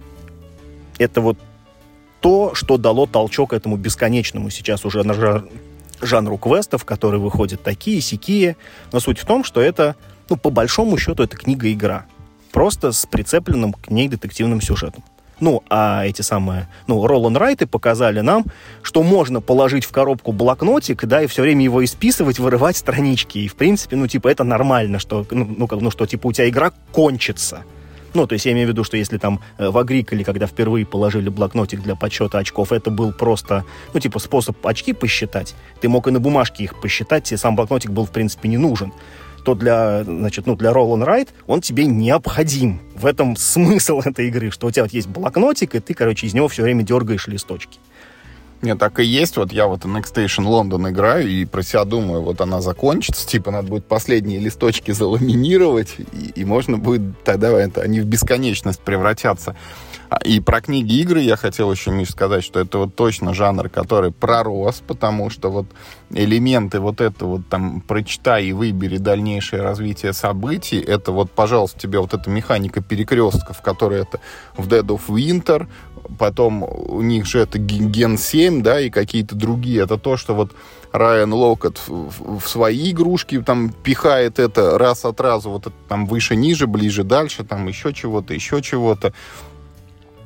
это вот то, что дало толчок этому бесконечному сейчас уже жанру квестов, которые выходят такие, сякие. Но суть в том, что это, ну, по большому счету, это книга-игра. Просто с прицепленным к ней детективным сюжетом. Ну, а эти самые, ну, Roll and Ride показали нам, что можно положить в коробку блокнотик, да, и все время его исписывать, вырывать странички. И, в принципе, ну, типа, это нормально, что, ну, ну, ну что, типа, у тебя игра кончится. Ну, то есть я имею в виду, что если там э, в Агриколе, когда впервые положили блокнотик для подсчета очков, это был просто, ну, типа, способ очки посчитать. Ты мог и на бумажке их посчитать, тебе сам блокнотик был, в принципе, не нужен. То для, значит, ну, для Roll and Ride он тебе необходим. В этом смысл этой игры, что у тебя вот есть блокнотик, и ты, короче, из него все время дергаешь листочки. Нет, так и есть. Вот я вот в Next Station London играю и про себя думаю, вот она закончится, типа надо будет последние листочки заламинировать, и, и можно будет тогда это, они в бесконечность превратятся. И про книги и игры я хотел еще, Миш, сказать, что это вот точно жанр, который пророс, потому что вот элементы вот это вот там прочитай и выбери дальнейшее развитие событий, это вот, пожалуйста, тебе вот эта механика перекрестков, которая это в Dead of Winter, потом у них же это Ген семь, да, и какие-то другие. Это то, что вот Райан Локотт в, в свои игрушки там пихает это раз от разу, вот это там выше-ниже, ближе-дальше, там еще чего-то, еще чего-то.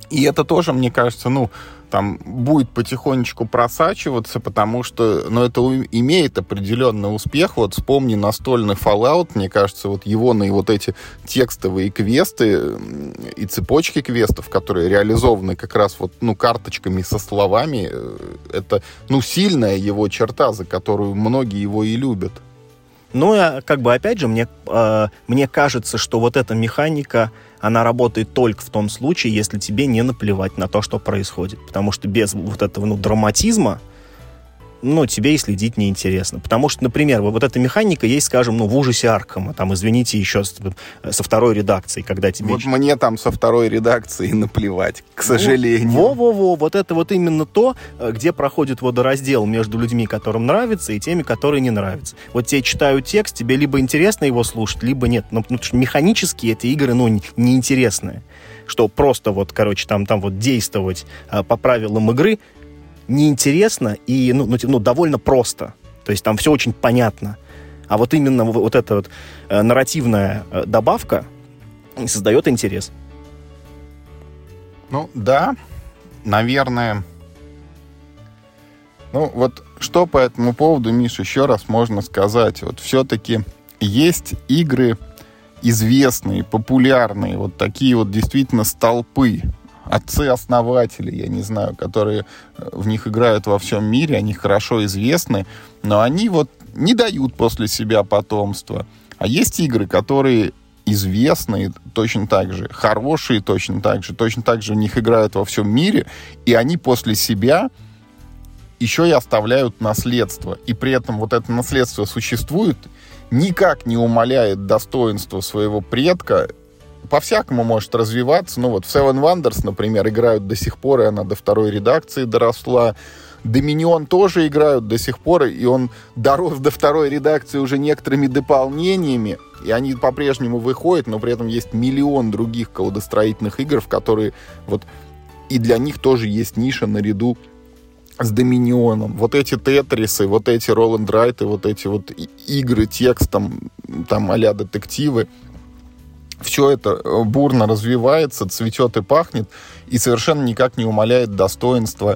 И это тоже, мне кажется, ну, там будет потихонечку просачиваться, потому что, ну, это имеет определенный успех. Вот вспомни настольный Fallout, мне кажется, вот его на вот эти текстовые квесты и цепочки квестов, которые реализованы как раз вот, ну, карточками со словами, это, ну, сильная его черта, за которую многие его и любят. Ну, я, как бы, опять же, мне, э, мне кажется, что вот эта механика, она работает только в том случае, если тебе не наплевать на то, что происходит. Потому что без вот этого, ну, драматизма, ну, тебе и следить неинтересно. Потому что, например, вот эта механика есть, скажем, ну, в «Ужасе Аркхема», там, извините, еще с, со второй редакции, когда тебе... Вот мне там со второй редакции наплевать, к сожалению. Во-во-во, вот это вот именно то, где проходит водораздел между людьми, которым нравится, и теми, которые не нравятся. Вот тебе читают текст, тебе либо интересно его слушать, либо нет. Ну, потому что механически эти игры, ну, неинтересные. Что просто вот, короче, там, там вот действовать а, по правилам игры неинтересно и, ну, ну, ну, довольно просто. То есть там все очень понятно. А вот именно вот эта вот э, нарративная э, добавка создает интерес. Ну, да, наверное. Ну, вот что по этому поводу, Миш, еще раз можно сказать? Вот все-таки есть игры известные, популярные, вот такие вот действительно столпы, отцы-основатели, я не знаю, которые в них играют во всем мире, они хорошо известны, но они вот не дают после себя потомства. А есть игры, которые известные точно так же, хорошие точно так же, точно так же в них играют во всем мире, и они после себя еще и оставляют наследство. И при этом вот это наследство существует, никак не умаляет достоинство своего предка, по-всякому может развиваться. Ну вот в Seven Wonders, например, играют до сих пор, и она до второй редакции доросла. Доминион тоже играют до сих пор, и он дорос до второй редакции уже некоторыми дополнениями, и они по-прежнему выходят, но при этом есть миллион других колодостроительных игр, в которые вот и для них тоже есть ниша наряду с Доминионом. Вот эти Тетрисы, вот эти Roll and Write, вот эти вот игры текстом, там а-ля детективы, все это бурно развивается, цветет и пахнет, и совершенно никак не умаляет достоинства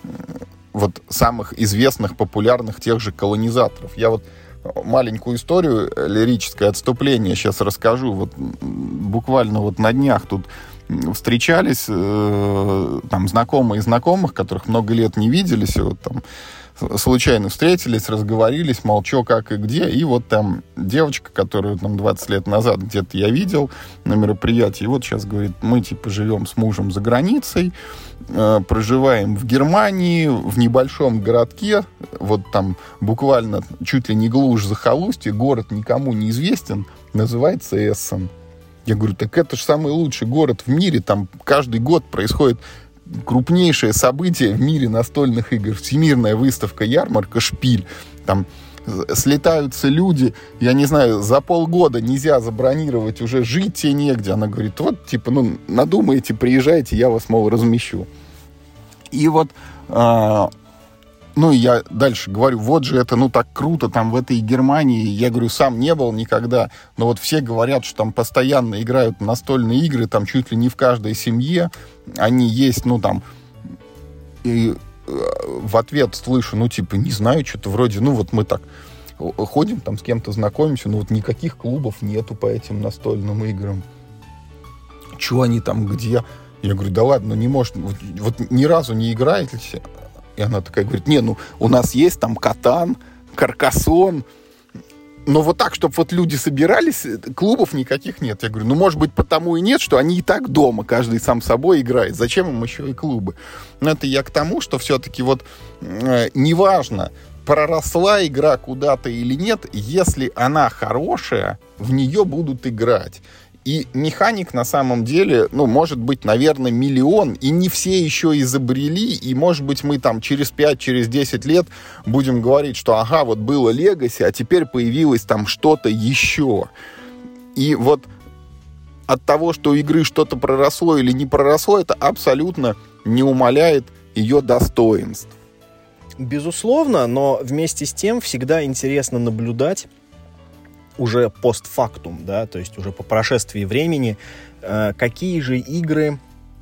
вот самых известных, популярных тех же колонизаторов. Я вот маленькую историю, лирическое отступление сейчас расскажу. Вот буквально вот на днях тут встречались э, там знакомые знакомых, которых много лет не виделись, и вот там случайно встретились, разговорились, мол, чё, как и где. И вот там девочка, которую там двадцать лет назад где-то я видел на мероприятии, и вот сейчас говорит, мы типа живем с мужем за границей, э, проживаем в Германии, в небольшом городке, вот там буквально чуть ли не глушь захолустье, город никому не известен, называется Эссен. Я говорю, так это же самый лучший город в мире, там каждый год происходит крупнейшее событие в мире настольных игр, всемирная выставка, ярмарка, шпиль, там слетаются люди, я не знаю, за полгода нельзя забронировать, уже жить тебе негде. Она говорит, вот, типа, ну, надумаете, приезжайте, я вас, мол, размещу. И вот, э, ну, я дальше говорю, вот же это, ну, так круто, там, в этой Германии, я говорю, сам не был никогда, но вот все говорят, что там постоянно играют настольные игры, там, чуть ли не в каждой семье, они есть, ну, там, и в ответ слышу, ну, типа, не знаю, что-то вроде, ну, вот мы так ходим, там, с кем-то знакомимся, ну, вот никаких клубов нету по этим настольным играм. Чего они там, где? Я говорю, да ладно, ну, не может, вот, вот ни разу не играете? И она такая говорит, не, ну, у нас есть там Катан, Каркасон, но вот так, чтобы вот люди собирались, клубов никаких нет. Я говорю, ну, может быть, потому и нет, что они и так дома, каждый сам собой играет. Зачем им еще и клубы? Но это я к тому, что все-таки вот э, неважно, проросла игра куда-то или нет, если она хорошая, в нее будут играть. И механик на самом деле, ну, может быть, наверное, миллион, и не все еще изобрели, и, может быть, мы там через пять, через десять лет будем говорить, что, ага, вот было Legacy, а теперь появилось там что-то еще. И вот от того, что у игры что-то проросло или не проросло, это абсолютно не умаляет ее достоинств. Безусловно, но вместе с тем всегда интересно наблюдать уже постфактум, да, то есть уже по прошествии времени, э, какие же игры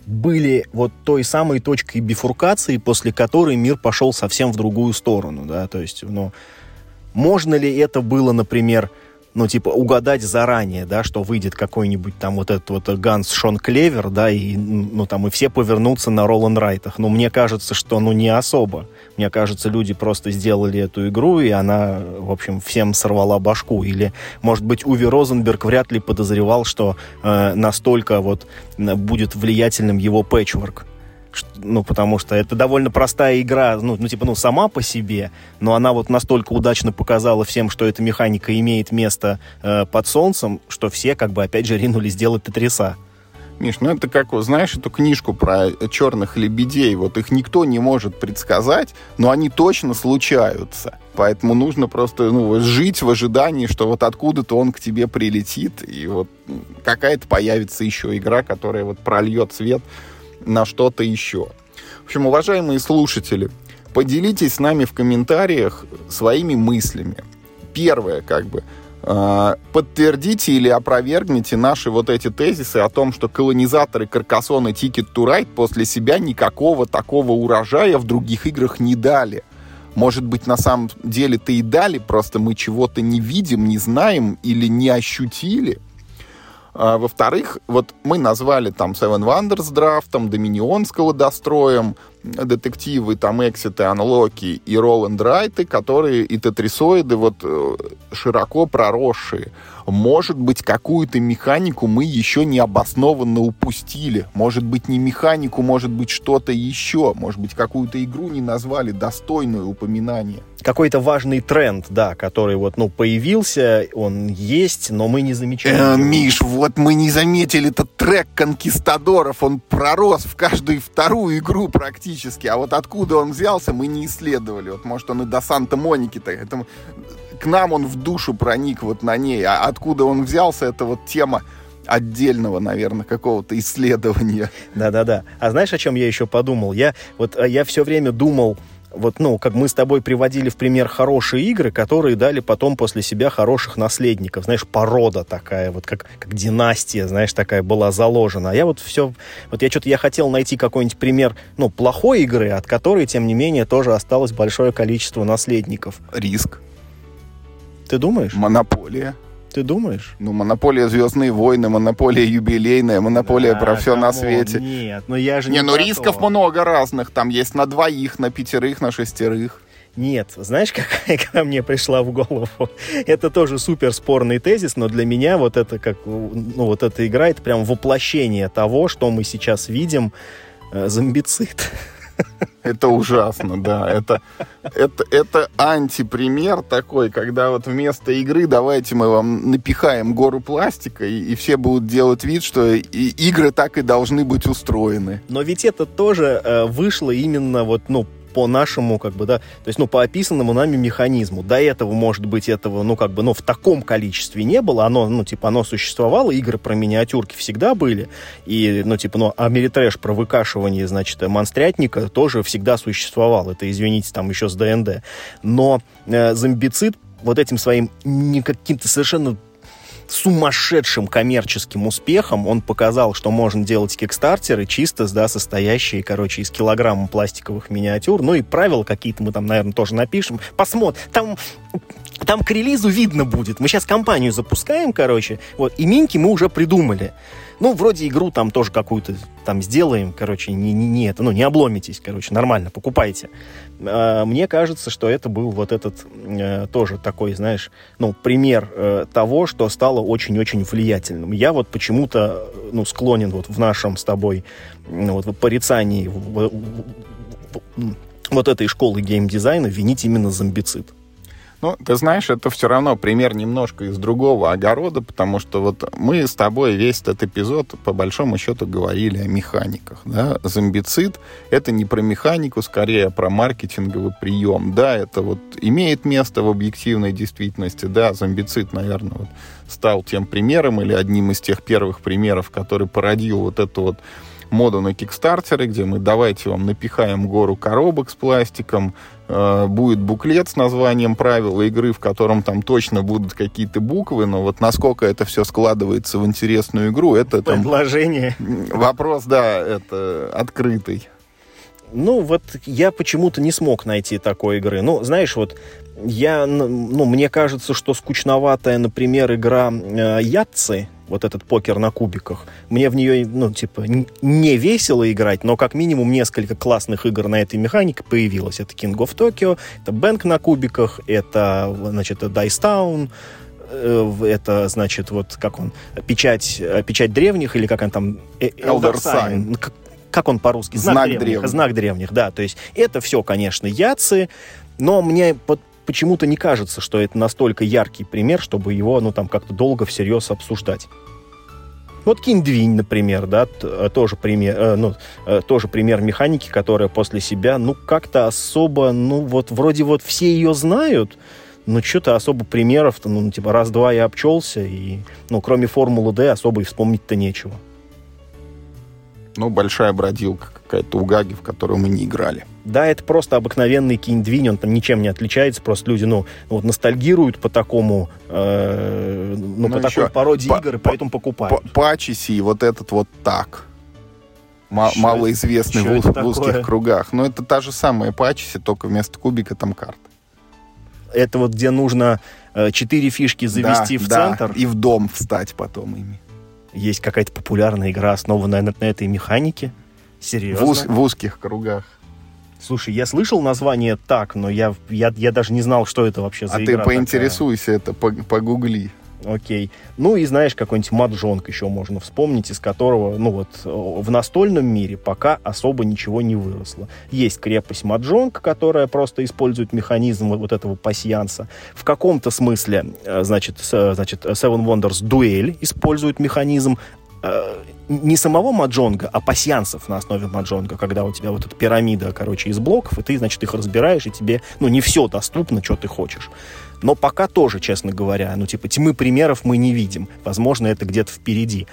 были вот той самой точкой бифуркации, после которой мир пошел совсем в другую сторону, да, то есть, ну, можно ли это было, например, ну, типа, угадать заранее, да, что выйдет какой-нибудь там вот этот вот Ганс Шон Клевер, да, и, ну, там, и все повернутся на ролл-н-райтах. Но мне кажется, что, ну, не особо. Мне кажется, люди просто сделали эту игру, и она, в общем, всем сорвала башку. Или, может быть, Уви Розенберг вряд ли подозревал, что э, настолько вот будет влиятельным его пэтчворк. Ну, потому что это довольно простая игра, ну, ну, типа, ну, сама по себе, но она вот настолько удачно показала всем, что эта механика имеет место э, под солнцем, что все, как бы, опять же, ринулись делать тетриса. Миш, ну это как, знаешь, эту книжку про черных лебедей, вот их никто не может предсказать, но они точно случаются. Поэтому нужно просто, ну, жить в ожидании, что вот откуда-то он к тебе прилетит, и вот какая-то появится еще игра, которая вот прольет свет на что-то еще. В общем, уважаемые слушатели, поделитесь с нами в комментариях своими мыслями. Первое, как бы, э, подтвердите или опровергните наши вот эти тезисы о том, что колонизаторы Каркассона и Ticket to Ride после себя никакого такого урожая в других играх не дали. Может быть, на самом деле-то и дали, просто мы чего-то не видим, не знаем или не ощутили. А, во-вторых, вот мы назвали там Seven Wonders драфтом, Dominion с колодостроем, детективы, там экситы, анлоки и ролл-энд-райты, которые и тетрисоиды вот широко проросшие. Может быть, какую-то механику мы еще необоснованно упустили. Может быть, не механику, может быть, что-то еще. Может быть, какую-то игру не назвали достойную упоминания. Какой-то важный тренд, да, который вот, ну, появился, он есть, но мы не замечаем. Э, Миш, вот мы не заметили этот трек конкистадоров, он пророс в каждую вторую игру практически, а вот откуда он взялся, мы не исследовали. Вот, может, он и до Санта-Моники-то, это, к нам он в душу проник вот на ней, а откуда он взялся, это вот тема отдельного, наверное, какого-то исследования. Да-да-да. А знаешь, о чем я еще подумал? Я вот я все время думал, вот, ну, как мы с тобой приводили в пример хорошие игры, которые дали потом после себя хороших наследников. Знаешь, порода такая, вот как, как династия, знаешь, такая была заложена. А я вот все... Вот я что-то я хотел найти какой-нибудь пример, ну, плохой игры, от которой, тем не менее, тоже осталось большое количество наследников. Риск. Ты думаешь? Монополия. Ты думаешь? Ну, монополия «Звездные войны», монополия юбилейная, монополия да, про все на свете. Нет, но я же не Не, ну рисков то. много разных. Там есть на двоих, на пятерых, на шестерых. Нет, знаешь, какая ко мне пришла в голову? Это тоже супер спорный тезис, но для меня вот это как, ну, вот эта игра, это прям воплощение того, что мы сейчас видим. Э, зомбицид. Это ужасно, да. Это, это, это антипример такой, когда вот вместо игры давайте мы вам напихаем гору пластика, и, и все будут делать вид, что и, игры так и должны быть устроены. Но ведь это тоже э, вышло именно вот, ну, по нашему, как бы, да, то есть, ну, по описанному нами механизму. До этого, может быть, этого, ну, как бы, ну, в таком количестве не было. Оно, ну, типа, оно существовало, игры про миниатюрки всегда были. И, ну, типа, ну, Америтрэш про выкашивание, значит, монстрятника тоже всегда существовал. Это, извините, там еще с ДНД. Но э, зомбицид вот этим своим не каким-то совершенно сумасшедшим коммерческим успехом он показал, что можно делать кикстартеры чисто, да, состоящие, короче, из килограмма пластиковых миниатюр. Ну и правила какие-то мы там, наверное, тоже напишем. Посмотрим. Там, там к релизу видно будет. Мы сейчас кампанию запускаем, короче, вот, и миньки мы уже придумали. Ну, вроде игру там тоже какую-то там сделаем, короче, не, не, не это, ну, не обломитесь, короче, нормально, покупайте. А, мне кажется, что это был вот этот э, тоже такой, знаешь, ну, пример э, того, что стало очень-очень влиятельным. Я вот почему-то, ну, склонен вот в нашем с тобой, ну, вот в порицании в, в, в, вот этой школы геймдизайна винить именно зомбицид. Ну, ты знаешь, это все равно пример немножко из другого огорода, потому что вот мы с тобой весь этот эпизод, по большому счету, говорили о механиках, да. Зомбицид — это не про механику, скорее, а про маркетинговый прием. Да, это вот имеет место в объективной действительности, да, зомбицид, наверное, вот стал тем примером или одним из тех первых примеров, который породил вот эту вот моду на кикстартеры, где мы давайте вам напихаем гору коробок с пластиком, э, будет буклет с названием правил игры, в котором там точно будут какие-то буквы, но вот насколько это все складывается в интересную игру, это там... Предложение. Вопрос, да, это открытый. Ну, вот я почему-то не смог найти такой игры. Ну, знаешь, вот я, ну, мне кажется, что скучноватая, например, игра э, Ятцы, вот этот покер на кубиках, мне в нее, ну, типа, не весело играть, но как минимум несколько классных игр на этой механике появилось. Это King of Tokyo, это Бэнк на кубиках, это, значит, Dice Town, это, значит, вот как он, печать, печать древних, или как он там... Elder Sign. Как он по-русски? Знак, Знак древних. древних. Знак древних, да. То есть это все, конечно, Ятцы, но мне под, почему-то не кажется, что это настолько яркий пример, чтобы его, ну, там, как-то долго всерьез обсуждать. Вот Кинь-Двинь, например, да, тоже пример, э, ну, э, тоже пример механики, которая после себя, ну, как-то особо, ну, вот, вроде вот все ее знают, но что-то особо примеров-то, ну, типа, раз-два я обчелся, и, ну, кроме Формулы Д особо и вспомнить-то нечего. Ну, большая бродилка какая-то у Гаги, в которую мы не играли. Да, это просто обыкновенный Кинь-Двинь, он там ничем не отличается, просто люди, ну, вот ностальгируют по такому, э, ну, ну, по такой пародии по, игр, и поэтому покупают. Пачеси, вот этот вот так. М- малоизвестный в, в узких кругах. Но это та же самая Пачеси, только вместо кубика там карта. Это вот где нужно э, четыре фишки завести, да, в да, центр. И в дом встать потом ими. Есть какая-то популярная игра, основанная на, на этой механике. Серьезно? В, уз, в узких кругах. Слушай, я слышал название так, но я, я, я даже не знал, что это вообще за а игра. А ты поинтересуйся, такая. Это погугли. Окей. Ну и знаешь, какой-нибудь маджонг еще можно вспомнить, из которого, ну вот, в настольном мире пока особо ничего не выросло. Есть крепость маджонг, которая просто использует механизм вот этого пасьянса. В каком-то смысле, значит, значит Seven Wonders Дуэль использует механизм не самого маджонга, а пасьянсов на основе маджонга, когда у тебя вот эта пирамида, короче, из блоков, и ты, значит, их разбираешь, и тебе, ну, не все доступно, что ты хочешь. Но пока тоже, честно говоря, ну, типа, тьмы примеров мы не видим. Возможно, это где-то впереди.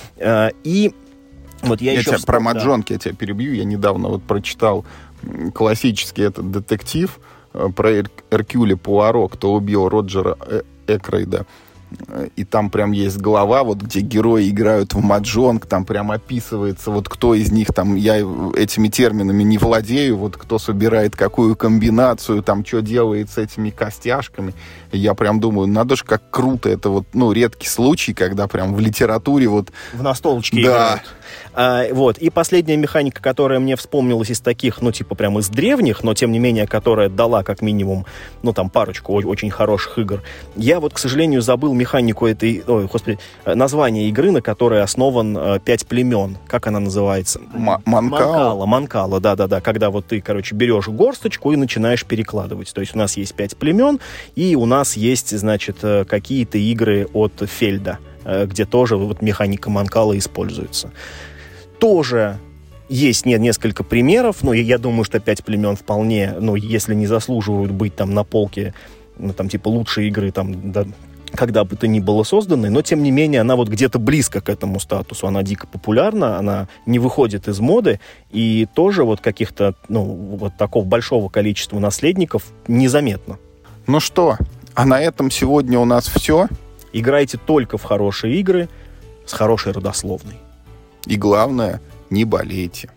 И вот я, я еще... Тебя, вспом... Про маджонг я тебя перебью. Я недавно вот прочитал классический этот детектив про Эр... Эркюля Пуаро, кто убил Роджера Экройда. И там прям есть глава, вот где герои играют в маджонг, там прям описывается, вот кто из них, там, я этими терминами не владею, вот кто собирает какую комбинацию, там, что делает с этими костяшками. И я прям думаю, надо же, как круто, это вот, ну, редкий случай, когда прям в литературе вот... В настолочке да. играют. А, вот. И последняя механика, которая мне вспомнилась из таких, ну, типа, прям из древних, но, тем не менее, которая дала, как минимум, ну, там, парочку очень хороших игр. Я вот, к сожалению, забыл механику этой, ой, господи, название игры, на которой основан э, «Пять племен». Как она называется? М- Манкала. Манкала, Манкала, да-да-да. Когда вот ты, короче, берешь горсточку и начинаешь перекладывать. То есть у нас есть пять племен, и у нас есть, значит, какие-то игры от Фельда, где тоже вот механика Манкала используется. Тоже есть нет, несколько примеров, но я думаю, что «Пять племен» вполне, ну, если не заслуживают быть там на полке, ну, там, типа, лучшие игры, там, да, когда бы то ни было созданы, но, тем не менее, она вот где-то близко к этому статусу. Она дико популярна, она не выходит из моды, и тоже вот каких-то, ну, вот такого большого количества наследников незаметно. Ну что, а на этом сегодня у нас все. Играйте только в хорошие игры с хорошей родословной. И главное, не болейте.